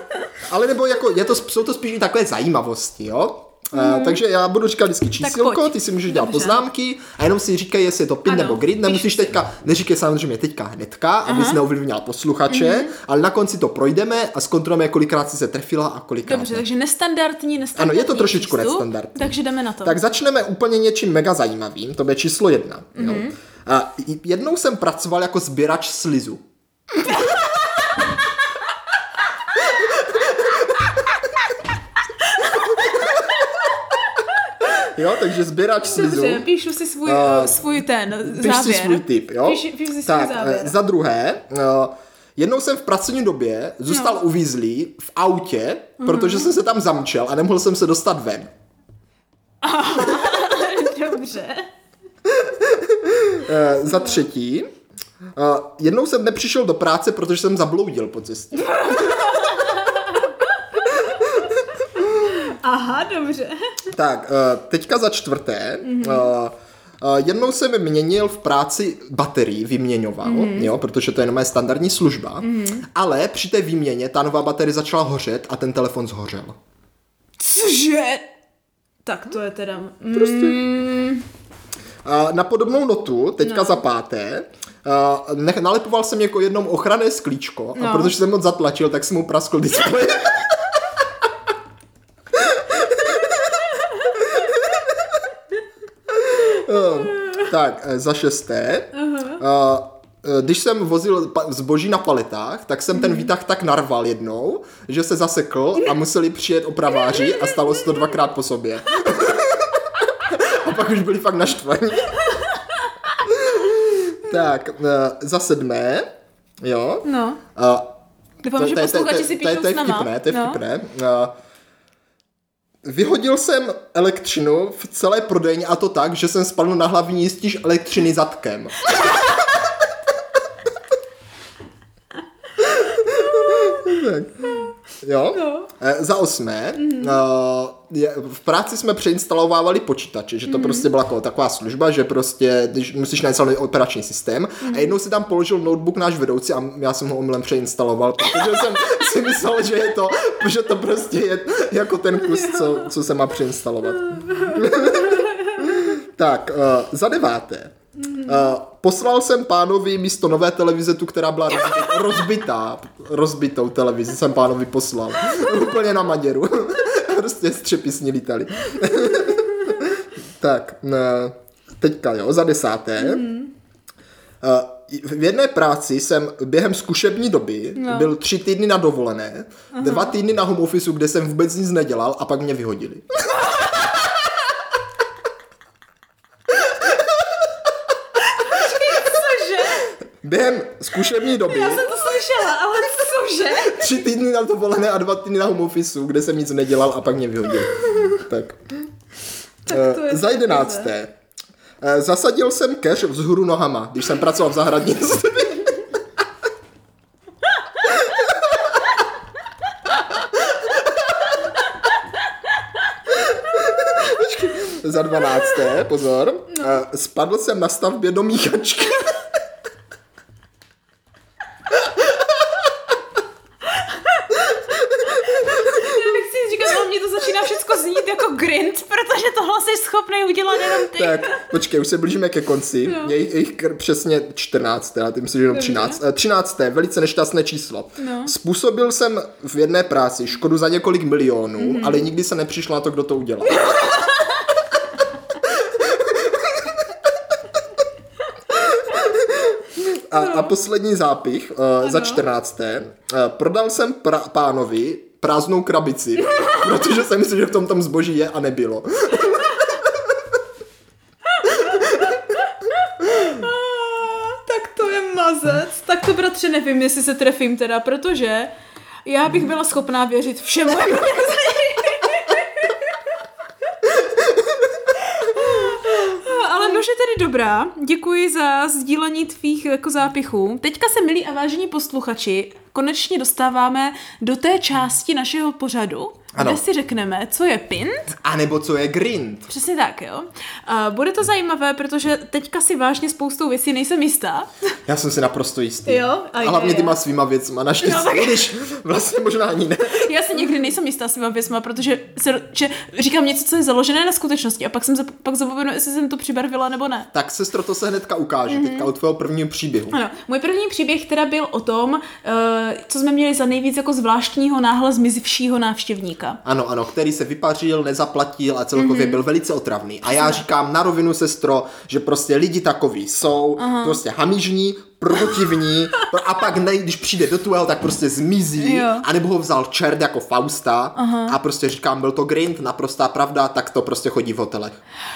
Ale nebo jako, je to, jsou to spíš takové zajímavosti, jo? Mm. Uh, takže já budu říkat vždycky čísilko, ty si můžeš dělat Dobře. poznámky a jenom si říkej, jestli je to pin ano, nebo grid, nemusíš teďka, neříkej samozřejmě teďka hnedka, Aha. abys neovlivnila posluchače, mm. ale na konci to projdeme a zkontrolujeme, kolikrát si se trefila a kolikrát. Dobře, takže nestandardní, nestandardní. Ano, je to trošičku přístup, nestandardní. Takže jdeme na to. Tak začneme úplně něčím mega zajímavým, to bude číslo jedna. Mm. Jo. A jednou jsem pracoval jako sběrač slizu. Jo, takže sběrač slizu. Dobře, píšu si svůj, uh, svůj ten píš závěr. si svůj tip, jo? Píš, píš si tak, svůj závěr. Za druhé, uh, jednou jsem v pracovní době zůstal no. uvízlý v autě, uh-huh. protože jsem se tam zamčel a nemohl jsem se dostat ven. Dobře. uh, za třetí, uh, jednou jsem nepřišel do práce, protože jsem zabloudil po cestě. Aha, dobře. Tak, teďka za čtvrté. Mm-hmm. Jednou jsem měnil v práci baterii, vyměňoval, mm-hmm. jo, protože to je jenom moje standardní služba, mm-hmm. ale při té výměně ta nová baterie začala hořet a ten telefon zhořel. Cože? Tak to je teda... Mm. Prostě. Na podobnou notu, teďka no. za páté, nalepoval jsem jako jednou ochranné sklíčko no. a protože jsem moc zatlačil, tak jsem mu praskl displej. Tak, za šesté, uh-huh. když jsem vozil zboží na paletách, tak jsem ten výtah tak narval jednou, že se zasekl a museli přijet opraváři a stalo se to dvakrát po sobě. A pak už byli fakt naštvaní. Tak, uh, za sedmé, jo. No. Uh, Doufám, že posluchači si píšou s náma. To je vtipné, to je vtipné. No. Vyhodil jsem elektřinu v celé prodejně a to tak, že jsem spadl na hlavní jistiž elektřiny zadkem. Tak. Jo? No. E, za osmé, mm. e, v práci jsme přeinstalovávali počítače, že to mm. prostě byla jako taková služba, že prostě když musíš nainstalovat operační systém mm. a jednou si tam položil notebook náš vedoucí a já jsem ho omylem přeinstaloval, protože jsem si myslel, že je to, že to prostě je jako ten kus, co, co se má přeinstalovat. Tak, e, za deváté. Uh, poslal jsem pánovi místo nové televize tu, která byla rozbitá, rozbitá rozbitou televizi jsem pánovi poslal. Úplně na maděru. Prostě střepisní lítali. Tak, uh, teďka jo, za desáté. Mm. Uh, v jedné práci jsem během zkušební doby no. byl tři týdny na dovolené, Aha. dva týdny na home officeu, kde jsem vůbec nic nedělal a pak mě vyhodili. Během zkušební doby. Já jsem to slyšela, ale cože? Tři týdny na dovolené a dva týdny na home officeu, kde jsem nic nedělal a pak mě vyhodil. Tak. tak to je za jedenácté. Uh, zasadil jsem keř vzhůru nohama, když jsem pracoval v zahradnictví. Za dvanácté, pozor. No. Uh, spadl jsem na stavbě do míchačky. Protože tohle jsi schopný udělat jenom ty. Tak, počkej, už se blížíme ke konci. No. Je jich, je jich přesně čtrnáct, já ty myslím, že jenom třináct. třinácté, velice nešťastné číslo. No. Způsobil jsem v jedné práci škodu za několik milionů, mm-hmm. ale nikdy se nepřišlo na to, kdo to udělal. a, a poslední zápich uh, za čtrnácté. Uh, prodal jsem pra- pánovi prázdnou krabici, protože jsem myslel, že v tom tam zboží je a nebylo. Tak to je mazec. Tak to, bratře, nevím, jestli se trefím teda, protože já bych byla schopná věřit všemu. Ale nož je tedy dobrá. Děkuji za sdílení tvých jako zápichů. Teďka se, milí a vážení posluchači, konečně dostáváme do té části našeho pořadu, ano. kde si řekneme, co je pint. A nebo co je grind. Přesně tak, jo. A bude to zajímavé, protože teďka si vážně spoustou věcí nejsem jistá. Já jsem si naprosto jistý. Jo? A, a hlavně tyma svýma věcma, naštěstí, no, tak... když vlastně možná ani ne. Já si někdy nejsem jistá svýma věcma, protože se, že říkám něco, co je založené na skutečnosti a pak jsem pak zapomenu, jestli jsem to přibarvila nebo ne. Tak sestro, to se hnedka ukáže, mm-hmm. teďka od tvého prvního příběhu. Ano, můj první příběh teda byl o tom, uh, co jsme měli za nejvíc jako zvláštního náhle zmizivšího návštěvníka. Ano, ano, který se vypařil, nezaplatil a celkově mm-hmm. byl velice otravný. A já říkám na rovinu, sestro, že prostě lidi takový jsou, Aha. prostě hamižní, protivní a pak ne, když přijde do tuel, tak prostě zmizí, jo. anebo ho vzal čert jako Fausta Aha. a prostě říkám, byl to grind, naprostá pravda, tak to prostě chodí v hotelech.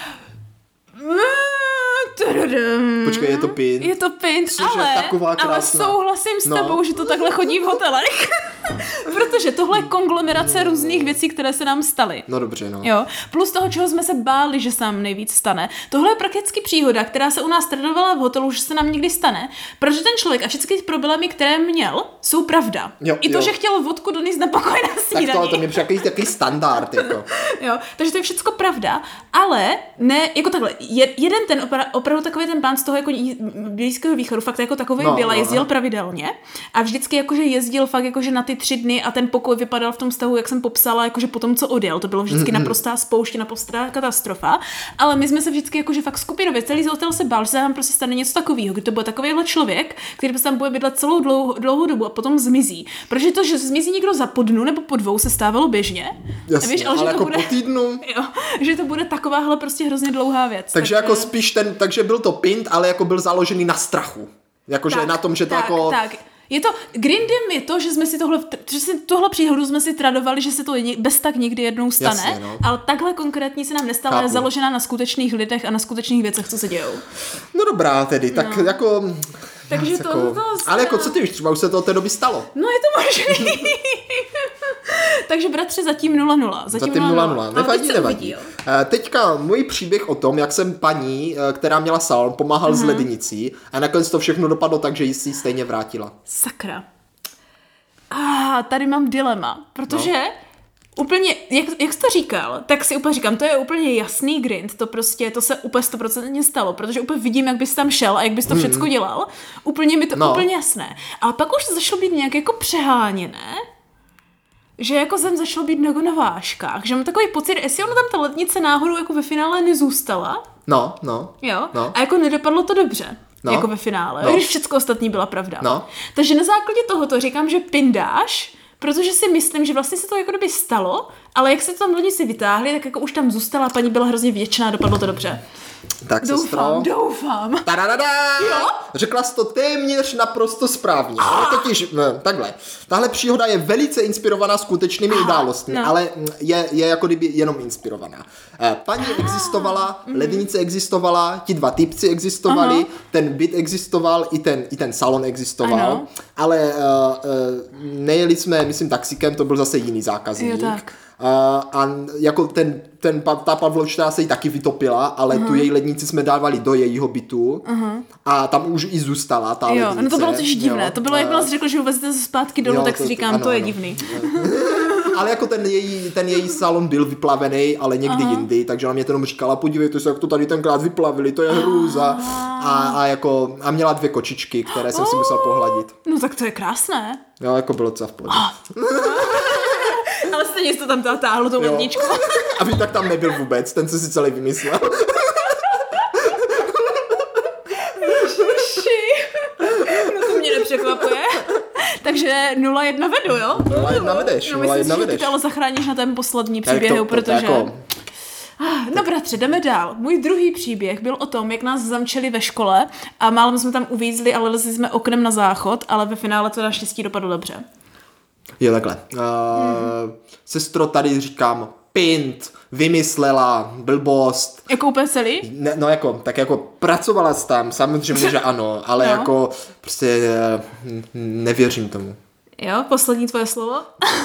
Počkej, je to pint. Je to pint, ale, ale souhlasím s tebou, no. že to takhle chodí v hotelech. Protože tohle je konglomerace no. různých věcí, které se nám staly. No dobře, no. Jo. Plus toho, čeho jsme se báli, že se nám nejvíc stane. Tohle je prakticky příhoda, která se u nás tradovala v hotelu, že se nám někdy stane. Protože ten člověk a všechny problémy, které měl, jsou pravda. Jo, I to, jo. že chtěl vodku donést na pokoj na snídaní. Tak to, to mě přijde takový standard. Jako. Jo, takže to je všecko pravda, ale ne, jako takhle, jeden ten opra, opravdu takový ten pán z toho jako Blízkého východu, fakt jako takový no, byl, no, jezdil no. pravidelně a vždycky jakože jezdil fakt jakože na ty tři dny a ten pokoj vypadal v tom stavu, jak jsem popsala, jakože potom, co odjel, to bylo vždycky mm-hmm. naprostá spoušť, naprostá katastrofa, ale my jsme se vždycky jakože fakt skupinově, celý hotel se bál, že se nám prostě stane něco takového, kdy to bude takovýhle člověk, který prostě tam bude bydlet celou dlouhou, dlouhou dobu a potom zmizí. Protože to, že zmizí někdo za po dnu nebo po dvou, se stávalo běžně. Jasně, víš, ale, ale že jako to bude, po týdnu. Jo, že to bude takováhle prostě hrozně dlouhá věc. Takže tak, jako spíš ten, takže byl to pint, ale jako byl založený na strachu. Jakože na tom, že to tak, jako... Tak. Je to, grindem je to, že jsme si tohle, že si tohle příhodu jsme si tradovali, že se to bez tak někdy jednou stane, Jasně, no. ale takhle konkrétně se nám nestalo, je založená na skutečných lidech a na skutečných věcech, co se dějou. No dobrá tedy, tak no. jako... Takže to, jako, to, to ale jako co ty víš, třeba už se to od té doby stalo. No je to možný. Takže bratře zatím nula nula. Zatím, zatím nula nula. Nevadí, nevadí. Uvidí, teďka můj příběh o tom, jak jsem paní, která měla salon, pomáhal uh-huh. s lednicí a nakonec to všechno dopadlo tak, že si ji stejně vrátila. Sakra. A tady mám dilema, protože no. úplně, jak, jak jsi to říkal, tak si úplně říkám, to je úplně jasný grind, to prostě, to se úplně sto procent stalo, protože úplně vidím, jak bys tam šel a jak bys to všecko dělal, úplně mi to no. úplně jasné. Ale pak už to začalo být nějak jako přeháněné, že jako jsem začalo být jako na vážkách, že mám takový pocit, jestli ono tam ta lednice náhodou jako ve finále nezůstala. No, no. Jo, no. A jako nedopadlo to dobře. No. Jako ve finále, no. Když všechno ostatní byla pravda. No. Takže na základě tohoto říkám, že pindáš, protože si myslím, že vlastně se to jako kdyby stalo, ale jak se to tam lednici vytáhli, tak jako už tam zůstala, paní byla hrozně věčná, dopadlo to dobře. Tak doufám, sestro. doufám. Tadadada! Řekla jsi to téměř naprosto správně. Ale totiž, no, takhle. Tahle příhoda je velice inspirovaná skutečnými událostmi, no. ale je, je jako kdyby jenom inspirovaná. Paní Aha. existovala, mm. lednice existovala, ti dva typci existovali, Aha. ten byt existoval, i ten, i ten salon existoval, ano. ale uh, uh, nejeli jsme, myslím, taxikem, to byl zase jiný zákazník. Jo, tak. Uh, a jako ten, ten, ta Pavlovština se jí taky vytopila, ale uh-huh. tu její lednici jsme dávali do jejího bytu uh-huh. a tam už i zůstala ta jo, lednice. No to bylo totiž divné, jo. To bylo, jak byla řekla, že uvezete se zpátky dolů, jo, tak to, si říkám, ano, to je ano. divný. Ale jako ten její, ten její salon byl vyplavený, ale někdy uh-huh. jindy, takže ona mě jenom říkala, podívejte se, jak to tady tenkrát vyplavili, to je hrůza. A, a, jako, a měla dvě kočičky, které jsem oh. si musel pohladit. No tak to je krásné. Jo, jako bylo docela v pohodě. Ale stejně jsi to tam táhlo tou ledničku. Aby tak tam nebyl vůbec, ten se si celý vymyslel. No to mě nepřekvapuje. Takže nula jedna vedu, jo? nula jedna vedeš, no, nula jedna vedeš. Myslím, že ty ale zachráníš na ten poslední příběhu, to, to, protože... Jako... No bratře, jdeme dál. Můj druhý příběh byl o tom, jak nás zamčeli ve škole a málem jsme tam uvízli, ale lezli jsme oknem na záchod, ale ve finále to naštěstí dopadlo dobře. Je takhle. Uh, mm. Sestro, tady říkám pint, vymyslela, blbost. Jako úplně celý? Ne, no jako, tak jako pracovala jsi tam, samozřejmě, že ano, ale no. jako prostě uh, nevěřím tomu. Jo, poslední tvoje slovo?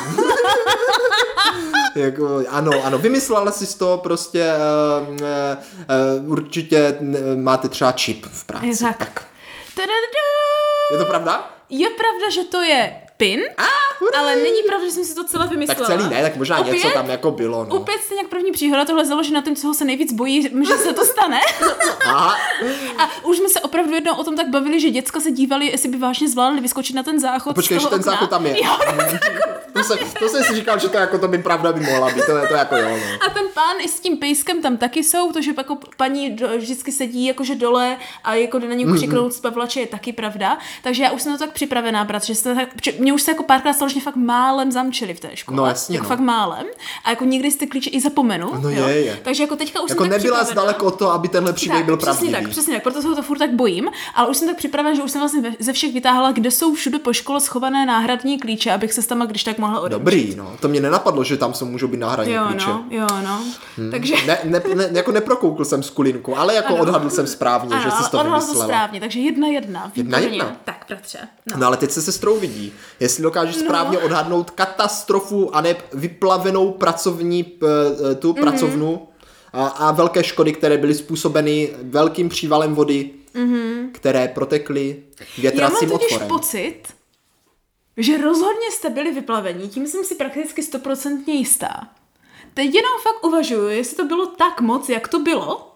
jako, ano, ano, vymyslela jsi to prostě uh, uh, určitě máte třeba čip v práci. Je tak. tak. Je to pravda? Je pravda, že to je pin, ah, ale není pravda, že jsem si to celé vymyslela. Tak celý ne, tak možná opět, něco tam jako bylo. No. Opět stejně jak první příhoda, tohle založí na tom, co se nejvíc bojí, že se to stane. Aha. A už jsme se opravdu jednou o tom tak bavili, že děcka se dívali, jestli by vážně zvládli vyskočit na ten záchod. A počkej, že ten záchod tam je. Jo, to, se, to jsem si říkal, že to jako to by pravda by mohla být, to je to jako jo. No. A ten pán i s tím pejskem tam taky jsou, to, že jako paní do, vždycky sedí jakože dole a jako na něj křiknout z pavlače je taky pravda. Takže já už jsem to tak připravená, bratře, že se tak, mě už se jako párkrát stalo, že fakt málem zamčili v té škole. No jasně, jako no. fakt málem. A jako někdy si ty klíče i zapomenu. No jo? je, je. Takže jako teďka už jako jsem tak nebyla zdaleko od toho, aby tenhle příběh byl pravdivý. Přesně tak, přesně tak, proto se ho to furt tak bojím, ale už jsem tak připravená, že už jsem vlastně ze všech vytáhla, kde jsou všude po škole schované náhradní klíče, abych se tam když tak mohla odemčit. Dobrý, no. To mě nenapadlo, že tam jsou můžou být náhradní jo, klíče. No, jo, no. Hmm. Takže ne, ne, ne, jako neprokoukl jsem skulinku, ale jako ano. odhadl jsem správně, ano, že jsi to vymyslela. Ano, odhadl správně, takže jedna jedna. Jedna jedna. Tak, bratře. No. no ale teď se sestrou vidí. Jestli dokážeš no. správně odhadnout katastrofu a ne vyplavenou pracovní tu mm-hmm. pracovnu a, a velké škody, které byly způsobeny velkým přívalem vody, mm-hmm. které protekly větracím otvorem. Já mám totiž pocit, že rozhodně jste byli vyplavení, tím jsem si prakticky stoprocentně jistá. Teď jenom fakt uvažuju, jestli to bylo tak moc, jak to bylo.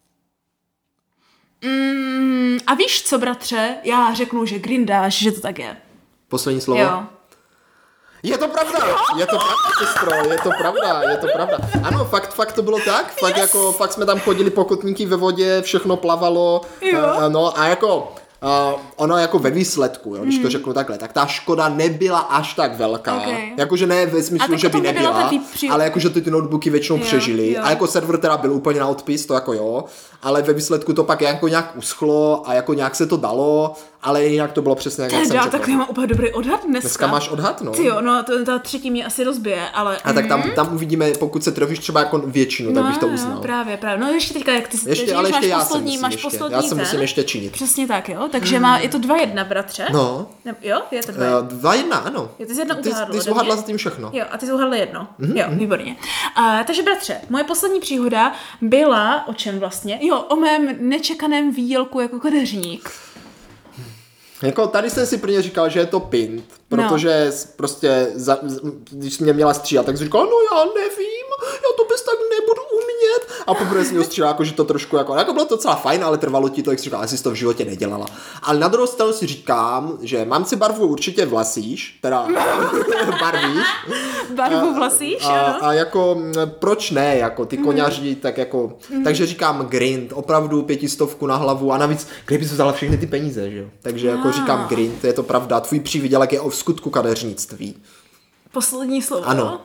Mm, a víš co, bratře? Já řeknu, že grindáš, že to tak je. Poslední slovo? Jo. Je to pravda, je to pravda, sestro, je to pravda, je to pravda. Ano, fakt, fakt to bylo tak, fakt yes. jako, fakt jsme tam chodili po kotníky ve vodě, všechno plavalo, jo. A, no a jako, Uh, ono jako ve výsledku, jo, když mm. to řeknu takhle, tak ta škoda nebyla až tak velká. Okay. Jakože ne ve smyslu, že by nebyla, při... ale jakože ty, ty notebooky většinou jo, přežily. Jo. A jako server teda byl úplně na odpis, to jako jo, ale ve výsledku to pak jako nějak uschlo a jako nějak se to dalo, ale jinak to bylo přesně jak, jak jsem řekl. Tak já mám úplně dobrý odhad dneska. Dneska máš odhad, no. Ty jo, no to, ta třetí mě asi rozbije, ale... A tak tam, tam uvidíme, pokud se trefíš třeba jako většinu, no, tak bych to uznal. No, právě, právě. No ještě teďka, jak ty ještě, říkáš, ale ještě máš já poslední, musím máš ještě. poslední Já se ten. musím ještě činit. Přesně tak, jo. Takže má, je to dva jedna, bratře. No. Ne, jo, je to dva jedna. Uh, dva jedna, ano. Jo, ty jsi jedno ty, uhádl. Ty jsi uhádla za tím všechno. Jo, a ty jsi uhádl jedno. Mm-hmm. Jo, výborně. Uh, takže bratře, moje poslední příhoda byla o čem vlastně? Jo, o mém nečekaném výdělku jako kadeřník. Jako tady jsem si prvně říkal, že je to pint, protože no. prostě, za, když jsi mě měla stříhat, tak jsi říkal, no já nevím, já to bez tak nebudu umět. A poprvé jsem mě stříhala, jako, že to trošku, jako, jako bylo to docela fajn, ale trvalo ti to, jak jsi říkal, asi jsi to v životě nedělala. Ale na druhou stranu si říkám, že mám si barvu určitě vlasíš, teda barvíš. Barvu vlasíš, a, a, a jako, proč ne, jako ty koňaři, mm. tak jako, mm. takže říkám grind, opravdu pětistovku na hlavu a navíc, kde bys vzala všechny ty peníze, že jo? Takže jako říkám grind, je to pravda, tvůj přívydělek je o skutku kadeřnictví. Poslední slovo. Ano.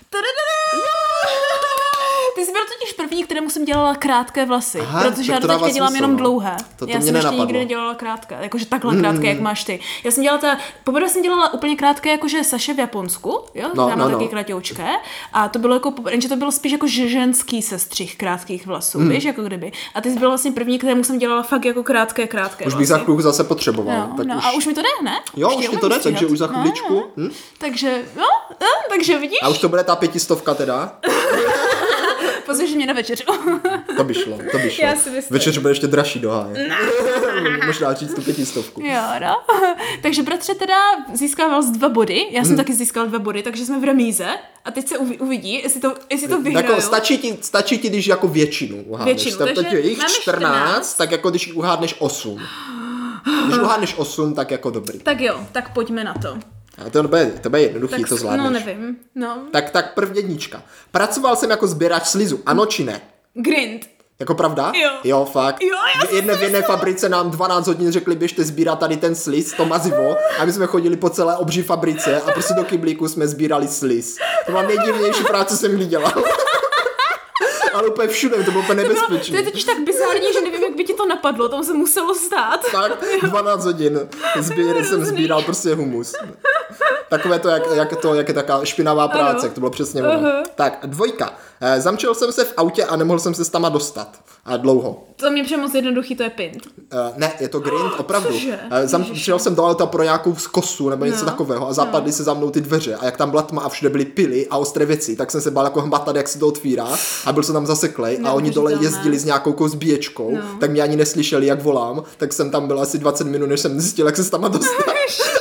Ty jsi byl totiž první, kterému jsem dělala krátké vlasy, aha, protože já to teďka dělám jenom dlouhé. To, to já mě jsem nenapadlo. ještě nikdy nedělala krátké, jakože takhle krátké, mm. jak máš ty. Já jsem dělala ta, poprvé jsem dělala úplně krátké, jakože Saše v Japonsku, jo, no, tam no, má taky no. kratoučké, a to bylo jako, jenže to bylo spíš jako ženský sestřih krátkých vlasů, mm. víš, jako kdyby. A ty jsi byl vlastně první, kterému jsem dělala fakt jako krátké, krátké už vlasy. bych za chvilku zase potřeboval. No, tak no, už... a už mi to jde, ne? Jo, už, už mi to jde, takže už za chviličku. No, no. Hm? Takže, no, no, takže vidíš. A už to bude ta pětistovka teda? Pozvěš mě na večeři. To by šlo, to by šlo. Večeř bude ještě dražší do háje. Možná říct tu pětistovku. Jo, no. Takže bratře teda získával z dva body, já jsem hmm. taky získal dva body, takže jsme v remíze a teď se uvidí, jestli to, jestli to vyhraju. Jako stačí ti, stačí ti, když jako většinu uhádneš. Většinu, tak, takže je jich čtrnáct, tak jako když uhádneš osm. Když uhádneš osm, tak jako dobrý. Tak jo, tak pojďme na to. A to bude, to bude jednoduchý, tak, to zvládneš. No nevím, no. Tak, tak první jednička. Pracoval jsem jako sběrač slizu, ano či ne? Grind. Jako pravda? Jo. Jo, fakt. Jo, já v jedné, v jedné fabrice nám dvanáct hodin řekli, běžte sbírat tady ten sliz, to mazivo. A my jsme chodili po celé obří fabrice a prostě do kyblíku jsme sbírali sliz. To byla nejdivnější práce, jsem kdy dělal. Ale úplně všude, to bylo úplně nebezpečné. To je totiž tak bizární, že nevím, jak by ti to napadlo, tomu se muselo stát. Tak, dvanáct hodin sbír, jsem sbíral prostě humus. Takové to, jak, jak, to, jak je taká špinavá práce, jak to bylo přesně ono. Uh-huh. Tak, dvojka. E, zamčil jsem se v autě a nemohl jsem se s tama dostat. A dlouho. To mě přijde moc jednoduchý, to je pint. E, ne, je to grind, opravdu. E, zamčil jsem do auta pro nějakou kosu nebo něco no. takového a zapadly no. se za mnou ty dveře. A jak tam byla tma a všude byly pily a ostré věci, tak jsem se bál jako hmatat, jak se to otvírá. A byl jsem tam zaseklej no, a oni dole jezdili s nějakou zbíječkou, no. tak mě ani neslyšeli, jak volám. Tak jsem tam byl asi dvacet minut, než jsem zjistil, jak se s tama dostat.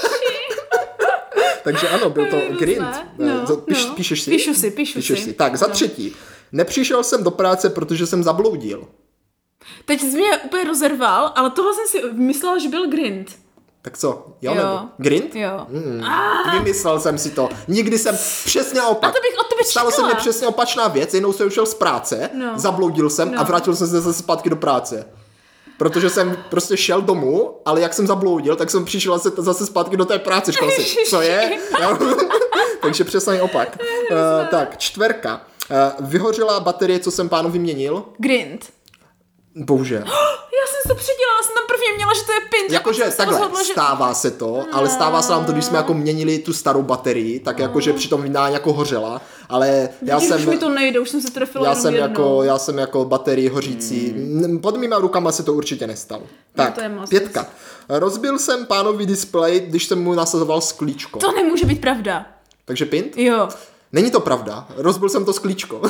Takže ano, byl to grind. No, Píš, no. Píšeš si? Píšu si, píšu Píšeš si. si. Tak, za no. třetí. Nepřišel jsem do práce, protože jsem zabloudil. Teď jsi mě úplně rozerval, ale tohle jsem si myslela, že byl grind. Tak co? Jo, jo. nebo? Grind? Jo. Mm. Vymyslel jsem si to. Nikdy jsem přesně opak. A to bych od tebe čekala. Stalo se mi přesně opačná věc. Jednou jsem šel z práce, no. zabloudil jsem no. a vrátil jsem se zase zpátky do práce. Protože jsem prostě šel domů, ale jak jsem zabloudil, tak jsem přišel zase, zase zpátky do té práce. Škol si, co je? Takže přesně opak. Uh, tak, čtverka. Uh, vyhořela baterie, co jsem pánu vyměnil? Grind. Bohužel. Já jsem se předělala, jsem tam prvně měla, že to je pint. Jakože takhle, rozhodla, že... stává se to, ale stává se nám to, když jsme jako měnili tu starou baterii, tak jakože přitom vydání jako hořela, ale já Vidíš, jsem... už mi to nejde, už jsem se trefila já jsem jednou. jako, já jsem jako baterii hořící, hmm. pod mýma rukama se to určitě nestalo. Tak, no, pětka. Rozbil jsem pánovi displej, když jsem mu nasazoval sklíčko. To nemůže být pravda. Takže pint? Jo. Není to pravda, rozbil jsem to sklíčko.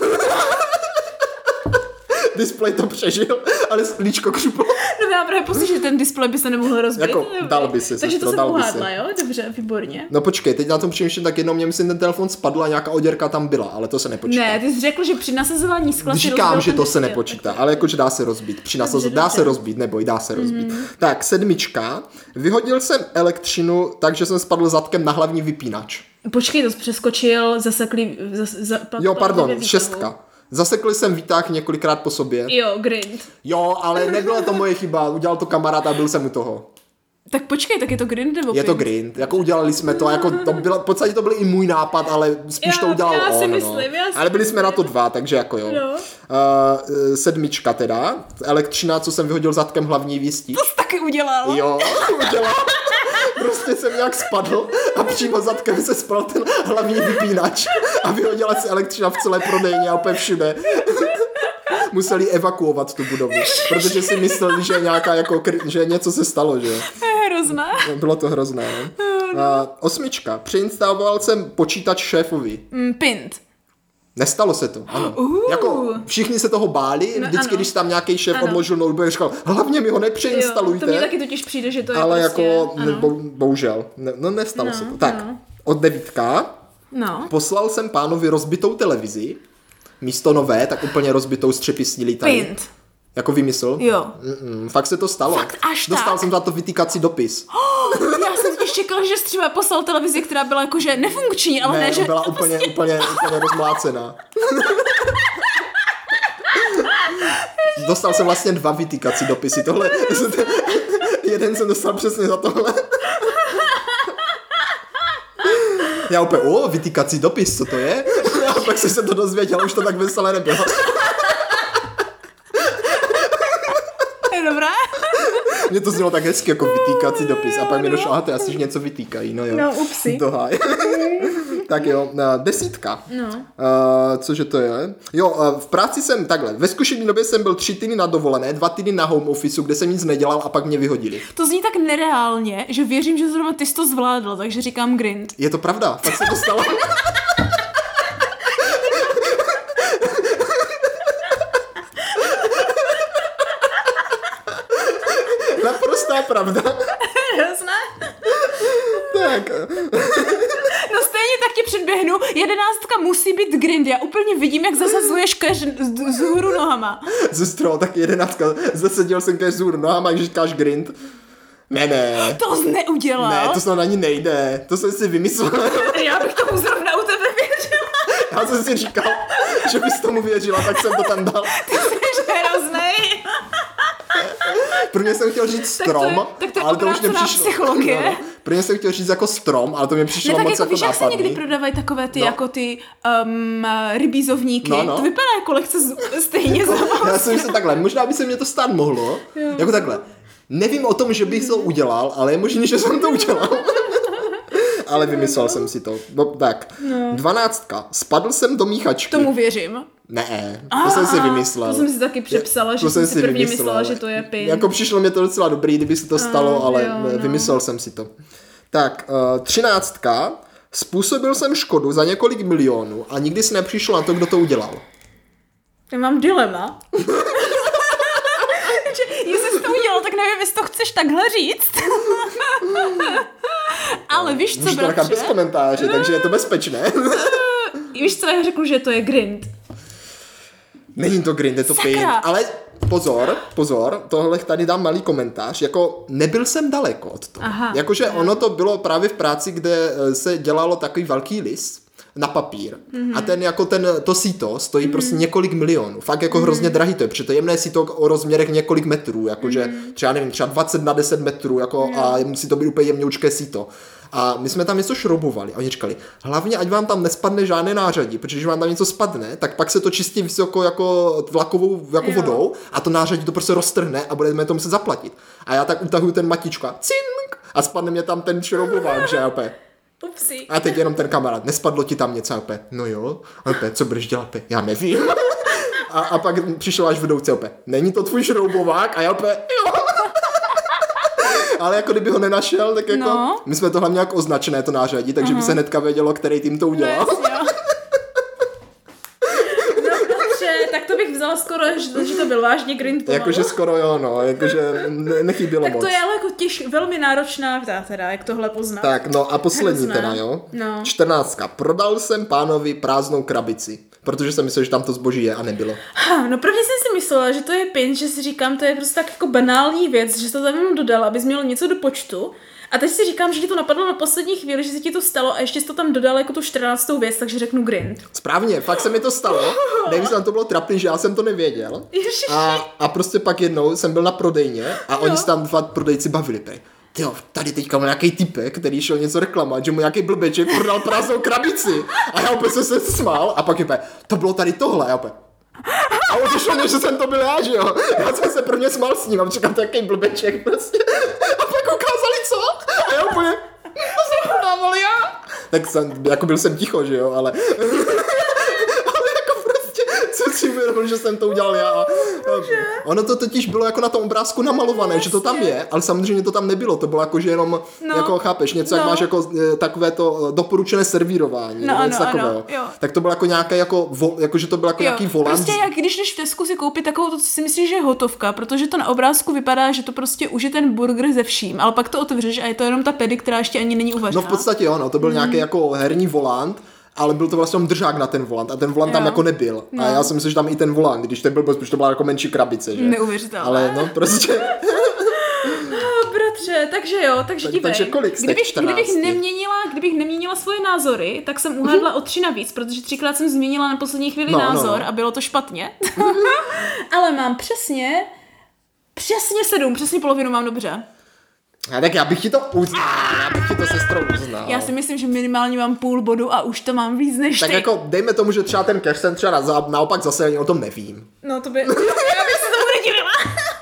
Displej to přežil, ale sklíčko křuplo. No já právě pocit, že ten displej by se nemohl rozbít. Jako dal by si. Takže sestro, to jsem uhádla, jo? Dobře, výborně. No počkej, teď na tom přemýšlím, tak jednou mě myslím, ten telefon spadl a nějaká oděrka tam byla, ale to se nepočítá. Ne, ty jsi řekl, že při nasazování skla si Říkám, že to se nepočítá, ale jakože dá se rozbít. Při nasazování dá se rozbít, neboj, dá se rozbít. Mm-hmm. Tak, sedmička. Vyhodil jsem elektřinu, takže jsem spadl zadkem na hlavní vypínač. Počkej, to jsi přeskočil, zasekli... Zas, za, jo, pardon, šestka. Zasekl jsem výtah několikrát po sobě. Jo, grind. Jo, ale nebyla to moje chyba, udělal to kamarád a byl jsem u toho. Tak počkej, tak je to grind nebo Je to pint? grind, jako udělali jsme to, jako to bylo, v podstatě to byl i můj nápad, ale spíš Já- to udělal já si on, myslím, no. já si Ale byli jsme na to dva, takže jako jo. No. Uh, sedmička teda, elektřina, co jsem vyhodil zadkem hlavní výstiž. To jsi taky udělal. Jo, udělal. Prostě jsem nějak spadl a přímo zadkem se spal ten hlavní vypínač a vyhodila se elektřina v celé prodejně a úplně všude. Museli evakuovat tu budovu, protože si mysleli, že nějaká jako, že něco se stalo, že jo. Hrozné. Bylo to hrozné, no. Uh, osmička. Přeinstaloval jsem počítač šéfovi. Mm, pint. Nestalo se to, ano. Uh. Jako všichni se toho báli, No, vždycky, ano. když tam nějaký šéf Ano. odložil notebook, říkal, hlavně mi ho nepřeinstalujte. Jo, to mně taky totiž přijde, že to je ale prostě... jako, ano. bo, bohužel, ne, no nestalo No, se to. Tak, no. od devítka No. poslal jsem pánovi rozbitou televizi, místo nové, tak úplně rozbitou s třepisní lítají. Pint. Jako vymysl? Jo. Mm-mm, fakt se to stalo. Fakt až Dostal tak? jsem za to vytýkací dopis. Já jsem totiž čekala, že jsi třeba poslal televizi, která byla jakože nefunkční, ale ne, Ne, že... byla úplně, prostě... úplně, úplně rozmlácená. Dostal jsem vlastně dva vytýkací dopisy. Tohle, jeden jsem dostal přesně za tohle. Já úplně, o, vytýkací dopis, co to je? A pak jsem se to dozvěděl, už to tak veselé nebylo. Je dobré? Mně to znělo tak hezky, jako vytýkací dopis. A pak mi došlo, aha, to asi něco vytýkají. No jo. No, upsi. Dohaj. Tak jo, desítka. No. Uh, cože to je? Jo, uh, v práci jsem takhle. Ve zkušební době jsem byl tři týdny na dovolené, dva týdny na home officeu, kde jsem nic nedělal a pak mě vyhodili. To zní tak nereálně, že věřím, že zrovna ty jsi to zvládl, takže říkám grind. Je to pravda, tak se to stalo. Naprostá pravda. Hrozné. Tak. No stejně tak ti předběhnu, jedenáctka musí být grind. Já úplně vidím, jak zasazuješ keř z, z hůru nohama. Zestro, tak jedenáctka. Zaseděl jsem ke zůr nohama, když říkáš grind. Ne, ne. To jsi neudělal. Ne, to snad ani nejde. To jsem si vymyslel. Já bych tomu zrovna u tebe věřila. Já jsem si říkal, že bys tomu věřila, tak jsem to tam dal. Ty jsi hroznej. Prvně jsem chtěl říct strom, Tak to je- tak to je ale to už mě obrácená přišlo. psychologie. No, prvně jsem chtěl říct jako strom, ale to mě přišlo Ne, tak moc jako jako víš, jak se nápadný. někdy prodávají takové ty, No. jako ty um, rybízovníky. No, no. To vypadá jako lehce z- stejně za Já jsem si takhle, možná by se mě to stát mohlo, Jo. jako takhle. Nevím o tom, že bych to udělal, ale je možný, že jsem to udělal. Ale vymyslel jsem si to. No, tak, No. dvanáctka. Spadl jsem do míchačky. Tomu věřím. Ne, to jsem si vymyslel. To jsem si taky přepsala, že To jsem si prvně vymyslel. myslela, že to je pin. Jako přišlo mi to docela dobrý, kdyby se to stalo, A, ale jo, no. vymyslel jsem si to. Tak, uh, třináctka. Způsobil jsem škodu za několik milionů a nikdy si nepřišlo na to, kdo to udělal. Já mám dilema. Takže jestli jsi to udělal, tak nevím, jestli to chceš takhle říct. Ale víš co, Můžu to nechat bez bratře? komentáře, takže je to bezpečné. Víš co, já řeknu, že to je grind. Není to grind, je to Sakra. pain. Ale pozor, pozor, tohle tady dám malý komentář. Jako nebyl jsem daleko od toho. Aha. Jakože ono to bylo právě v práci, kde eh, se dělalo takový velký list na papír. Mm-hmm. A ten jako ten, to síto stojí mm-hmm. prostě několik milionů. Fakt jako mm-hmm. hrozně drahý to je, protože to jemné síto o rozměrech několik metrů. Jakože mm-hmm. třeba nevím, třeba dvacet na deset metrů jako, mm-hmm. a musí to být úplně jemňoučké síto. A my jsme tam něco šroubovali a oni říkali, hlavně ať vám tam nespadne žádné nářadí, protože když vám tam něco spadne, tak pak se to čistí vysoko jako tlakovou jako Jo. vodou a to nářadí to prostě roztrhne a budeme to muset zaplatit. A já tak utahuju ten matičku a cink a spadne mě tam ten šroubovák, že já opět. Upsi. A teď jenom ten kamarád, nespadlo ti tam něco, opět. No jo, a opět, co budeš dělat, opět? Já nevím. A, a pak přišel až vedoucí opět, není to tvůj šroubovák? A já opět, jo. Ale jako kdyby ho nenašel, tak jako, No. my jsme to hlavně nějak označené to nářadí, takže uh-huh. by se hnedka vědělo, který tým to udělal. No, jo. No, dobře, tak to bych vzala skoro, že, že to byl vážně grind pomalu. Jakože skoro jo, no, jakože ne, nechybělo Tak moc. to je ale jako těž, velmi náročná ta teda, jak tohle poznat. Tak, no a poslední Hrozné. teda, jo. No. Čtrnáctka. Prodal jsem pánovi prázdnou krabici, protože jsem myslel, že tam to zboží je a nebylo. Ha, no prvně jsem si myslela, že to je pin, že si říkám, to je prostě tak jako banální věc, že jsi to tam jenom dodal, abys měl něco do počtu. A teď si říkám, že ti to napadlo na poslední chvíli, že se ti to stalo a ještě jsi to tam dodal jako tu čtrnáctou věc, takže řeknu grind. Správně, fakt se mi to stalo. Nevím, jestli to bylo trapný, že já jsem to nevěděl. Ježiši. A, a prostě pak jednou jsem byl na prodejně a Jo. oni se tam dva prodejci bavili. Pej. tyjo, tady teďka má nějaký typek, který šel něco reklamovat, že mu nějaký blbeček prodal prázdnou krabici. A já opět jsem se smál a pak je to bylo tady tohle, a já opět. A odešlo mě, že jsem to byl já, že jo. Já jsem se prvně smál s ním a čekám to jaký blbeček prostě. A pak ukázali co? A já úplně, to jsem prodával já. Tak jsem, jako byl jsem ticho, že jo, ale... jsem si uvědomil, že jsem to udělal já. Bože. Ono to totiž bylo jako na tom obrázku namalované, no, že to tam je, ale samozřejmě to tam nebylo, to bylo jako, že jenom, no. jako chápeš, něco, no. jak máš jako takové to doporučené servírování, no, něco ano, takového. ano, tak to bylo jako nějaké, jako, vo, jako že to byl jako jo. nějaký volant. Prostě jak když jdeš v Tesku si koupit takovou, to co si myslíš, že je hotovka, protože to na obrázku vypadá, že to prostě už je ten burger ze vším, ale pak to otevřeš a je to jenom ta pedy, která ještě ani není uvařená. No v podstatě jo, no, to byl mm. nějaký jako herní volant, ale byl to vlastně držák na ten volant a ten volant jo. tam jako nebyl. No. A já si myslím, že tam i ten volant, když ten byl, protože to byla jako menší krabice, že? Neuvěřitelné. Ale no prostě... oh, bratře, takže jo, takže tak, dívej. Takže kolik jste? Kdybych, kdybych, neměnila, kdybych neměnila svoje názory, tak jsem uhádla o tři navíc, protože třikrát jsem změnila na poslední chvíli no, názor no. a bylo to špatně. Ale mám přesně, přesně sedm, přesně polovinu mám dobře. A tak já bych ti to uznal, já bych ti to sestrou uznal. Já si myslím, že minimálně mám půl bodu a už to mám víc než tak ty. jako dejme tomu, že třeba ten cash ten třeba na, naopak zase ani o tom nevím. No to by, já bych se tomu nedivila.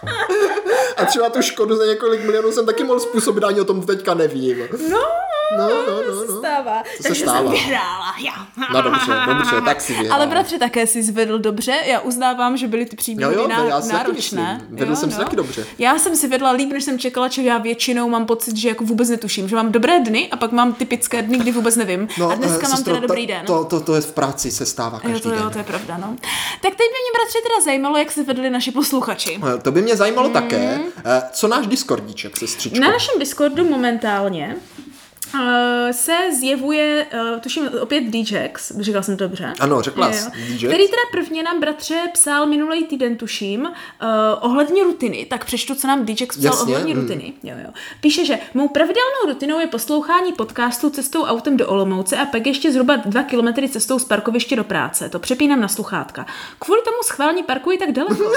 A třeba tu škodu za několik milionů jsem taky mohl způsobit, ani o tom teďka nevím. No, no, no, no, no. se stává. Co Takže se stává? jsem vyhrála, já. No dobře, dobře, tak si vyhrála. Ale bratře také si zvedl dobře, já uznávám, že byly ty příběhy jo, jo, ná, já si náročné. Vedl jo, jsem si no. taky dobře. Já jsem si vedla líp, než jsem čekala, že já většinou mám pocit, že jako vůbec netuším, že mám dobré dny a pak mám typické dny, kdy vůbec nevím. No, a dneska uh, mám sestro, teda dobrý den. To, to, to je v práci, se stává každý jo, to, den. Jo, to je pravda, no. Tak teď by mě, bratře, teda zajímalo, jak se vedli naši posluchači. No, to by mě zajímalo mm. také. Co náš Discordíček, sestřičko? Na našem Discordu momentálně Uh, se zjevuje, uh, tuším opět D-Jax, říkala jsem to dobře. Ano, řekla jsi D-Jax. Který teda prvně nám, bratře, psal minulý týden, tuším, uh, ohledně rutiny, tak přečtu, co nám D-Jax psal Jasně, ohledně mm. rutiny. Jo, jo. Píše, že mou pravidelnou rutinou je poslouchání podcastu cestou autem do Olomouce a pak ještě zhruba dva kilometry cestou z parkoviště do práce. To přepínám na sluchátka. Kvůli tomu schválně parkuji tak daleko.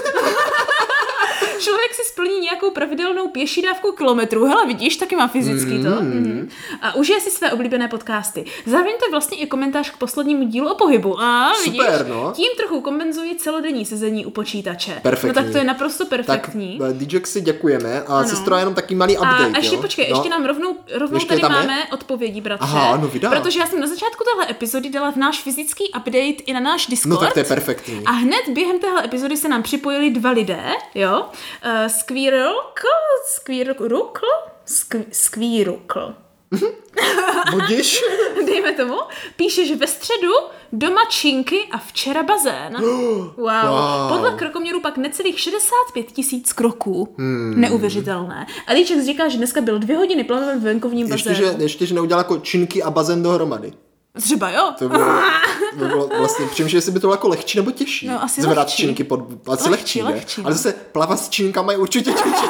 Člověk si splní nějakou pravidelnou pěší dávku kilometrů. Hele, vidíš, taky má fyzický to. Mm. A užije si své oblíbené podcasty. Zároveň to je vlastně i komentář k poslednímu dílu o pohybu. A vidíš, super, no. Tím trochu kompenzuji celodenní sezení u počítače. Perfektní. No tak to je naprosto perfektní. Tak D J si děkujeme a sestro jenom taky malý update. A ještě jo? počkej, no. ještě nám rovnou, rovnou ještě tady máme je? odpovědi, bratře. Aha, no vydá. Protože já jsem na začátku téhle epizody dala v náš fyzický update i na náš Discord. No tak to je perfektní. A hned během téhle epizody se nám připojili dva lidé, jo. Uh, Squirrelko, Squirrelko, Squirrelko. Budíš? Dejme tomu. Píše, že ve středu doma činky a včera bazén. Wow. wow. Podle krokoměru pak necelých šedesát pět tisíc kroků. Hmm. Neuvěřitelné. A Líček říká, že dneska byl dvě hodiny plavat v venkovním bazénu. Ještě, že, ještě, že neudělal jako činky a bazén dohromady. Třeba jo. To bylo, to bylo vlastně, přemýšlím, jestli by to bylo jako lehčí nebo těžší. No, asi zvedat lehčí. činky pod, asi lehčí, lehčí, lehčí, ale zase plavat s činkama je určitě těžší.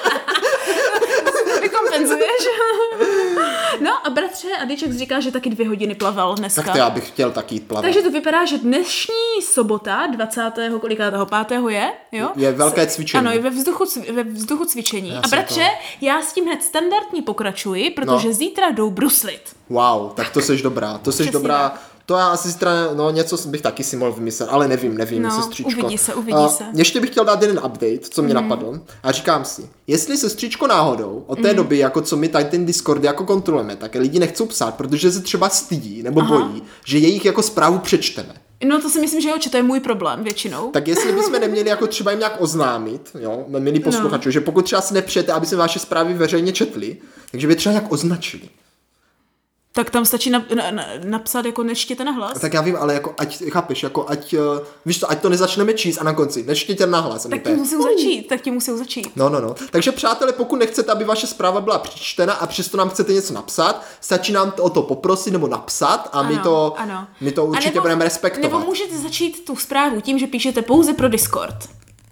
Vykompenzuješ. No a bratře Adiček říká, že taky dvě hodiny plaval dneska. Tak to já bych chtěl taky jít plavat. Takže to vypadá, že dnešní sobota, dvacátého kolikátého pátého je, jo? Je velké cvičení. Ano, je ve vzduchu, ve vzduchu cvičení. Já a bratře, to... já s tím hned standardně pokračuji, protože no. zítra jdou bruslit. Wow, tak to seš dobrá. To seš dobrá. Tak. To já asi zítra, no něco bych taky si mohl vymyslet, ale nevím, nevím, no, sestřičko. uvidí se, uvidí uh, se. Ještě bych chtěl dát jeden update, co mě mm. napadlo. A říkám si, jestli sestřičko náhodou od té mm. doby, jako co my tady ten Discord jako kontrolujeme, tak lidi nechcou psát, protože se třeba stydí nebo Aha. bojí, že jejich jako zprávu přečteme. No to si myslím, že jo, že to je můj problém většinou. Tak jestli bychom neměli jako třeba jim nějak oznámit, jo, milí posluchači, no. že pokud třeba si nepřejete, aby se vaše zprávy veřejně četli, takže by třeba nějak označili. Tak tam stačí na, na, na, napsat jako nečtěte na hlas. Tak já vím, ale jako ať, chápeš, jako ať, víš to, ať to nezačneme číst a na konci nečtěte na hlas. Tak tím musí začít, tak tím musí začít. No, no, no. Takže přátelé, pokud nechcete, aby vaše zpráva byla přečtena a přesto nám chcete něco napsat, stačí nám to o to poprosit nebo napsat a ano, my to, ano. my to určitě nebo, budeme respektovat. Nebo můžete začít tu zprávu tím, že píšete pouze pro Discord.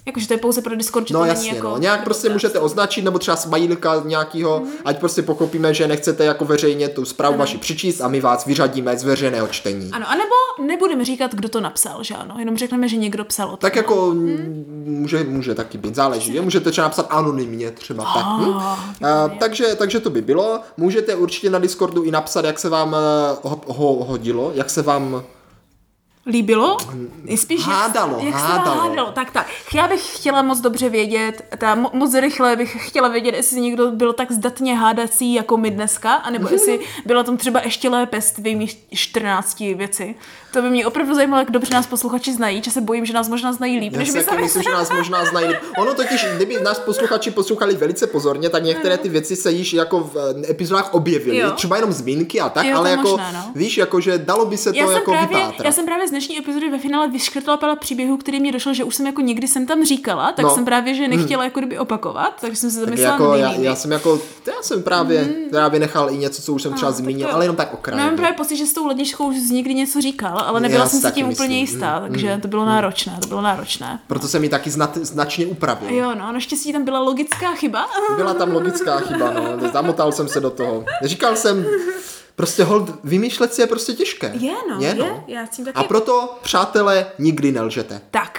Jakože to je pouze pro Discord, že no to jasně, není jako... No, nějak prostě můžete označit, nebo třeba smajlíka nějakýho, mm-hmm. ať prostě pochopíme, že nechcete jako veřejně tu zprávu ano. vaši přičíst a my vás vyřadíme z veřejného čtení. Ano, anebo nebudeme říkat, kdo to napsal, že ano, jenom řekneme, že někdo psal o tom. Tak jako hmm? může, může taky být, záleží, že? Můžete třeba napsat anonymně třeba oh, tak. Hm? A, takže, takže to by bylo. Můžete určitě na Discordu i napsat, jak se vám ho, ho, hodilo, jak se vám... Líbilo? Spíš hádalo, jak, jak hádalo. hádalo. Tak, tak. Já bych chtěla moc dobře vědět, ta, mo, moc rychle bych chtěla vědět, jestli někdo byl tak zdatně hádací jako my dneska, anebo jestli byla tam třeba ještě lépe s tvými čtrnácti věci. To by mě opravdu zajímalo, jak dobře nás posluchači znají, že se bojím, že nás možná znají líp, Já než si my taky sami. myslím, že nás možná znají líp. Ono totiž, kdyby nás posluchači poslouchali velice pozorně, tak některé ty věci se již jako v epizodách objevily. Jo. Třeba jenom zmínky a tak, jo, ale jako, možná, no. víš, jako, že dalo by se to já jako právě, vypátrat. Já jsem právě z dnešní epizody ve finále vyškrtla pár příběhů, který mě došlo, že už jsem jako někdy jsem tam říkala, tak no. jsem právě, že nechtěla jako kdyby opakovat, takže jsem se zamyslela jako, na já, já jsem jako, já jsem právě, mm. právě nechal i něco, co už jsem třeba no, zmínil, to, ale jenom tak okrajově. Mám právě pocit, že s tou ledničkou už někdy něco říkal, ale nebyla já jsem si tím myslím. úplně jistá, mm. takže to bylo mm. náročné, to bylo náročné. Proto jsem ji taky znat, značně upravil. Jo, no, naštěstí tam byla logická chyba. Byla tam logická chyba, no, zamotal jsem se do toho. Říkal jsem, prostě hold, vymýšlet si je prostě těžké. Je, no, je. No. je já s tím taky... A proto, přátelé, nikdy nelžete. Tak.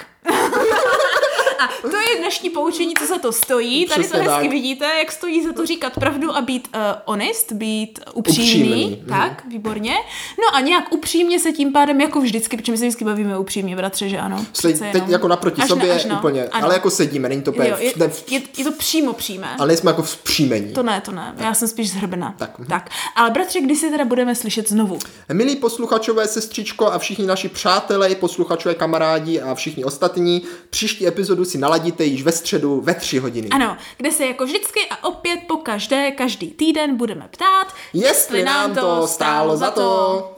A to je dnešní poučení, co za to stojí. Tady Přesně to hezky tak. Vidíte, jak stojí za to říkat pravdu a být uh, honest, být upřímný. upřímný. Tak, mm. výborně. No a nějak upřímně se tím pádem, jako vždycky, protože my se vždycky bavíme upřímně, bratře, že ano. Se, teď jenom. Jako naproti až sobě na, až na, úplně, ano. Ale jako sedíme, není to jo, je, ne, v, je, je to přímo přímé. Ale nejsme jako vzpřímení. To ne, to ne, já jsem spíš zhrbená. Tak. tak. Ale bratře, kdy si teda budeme slyšet znovu? Milí posluchačové, sestřičko a všichni naši přátelé, posluchačové, kamarádi a všichni ostatní, příští epizodu si naladíte již ve středu ve tři hodiny. Ano, kde se jako vždycky a opět po každé, každý týden budeme ptát, jestli nám to stálo za to.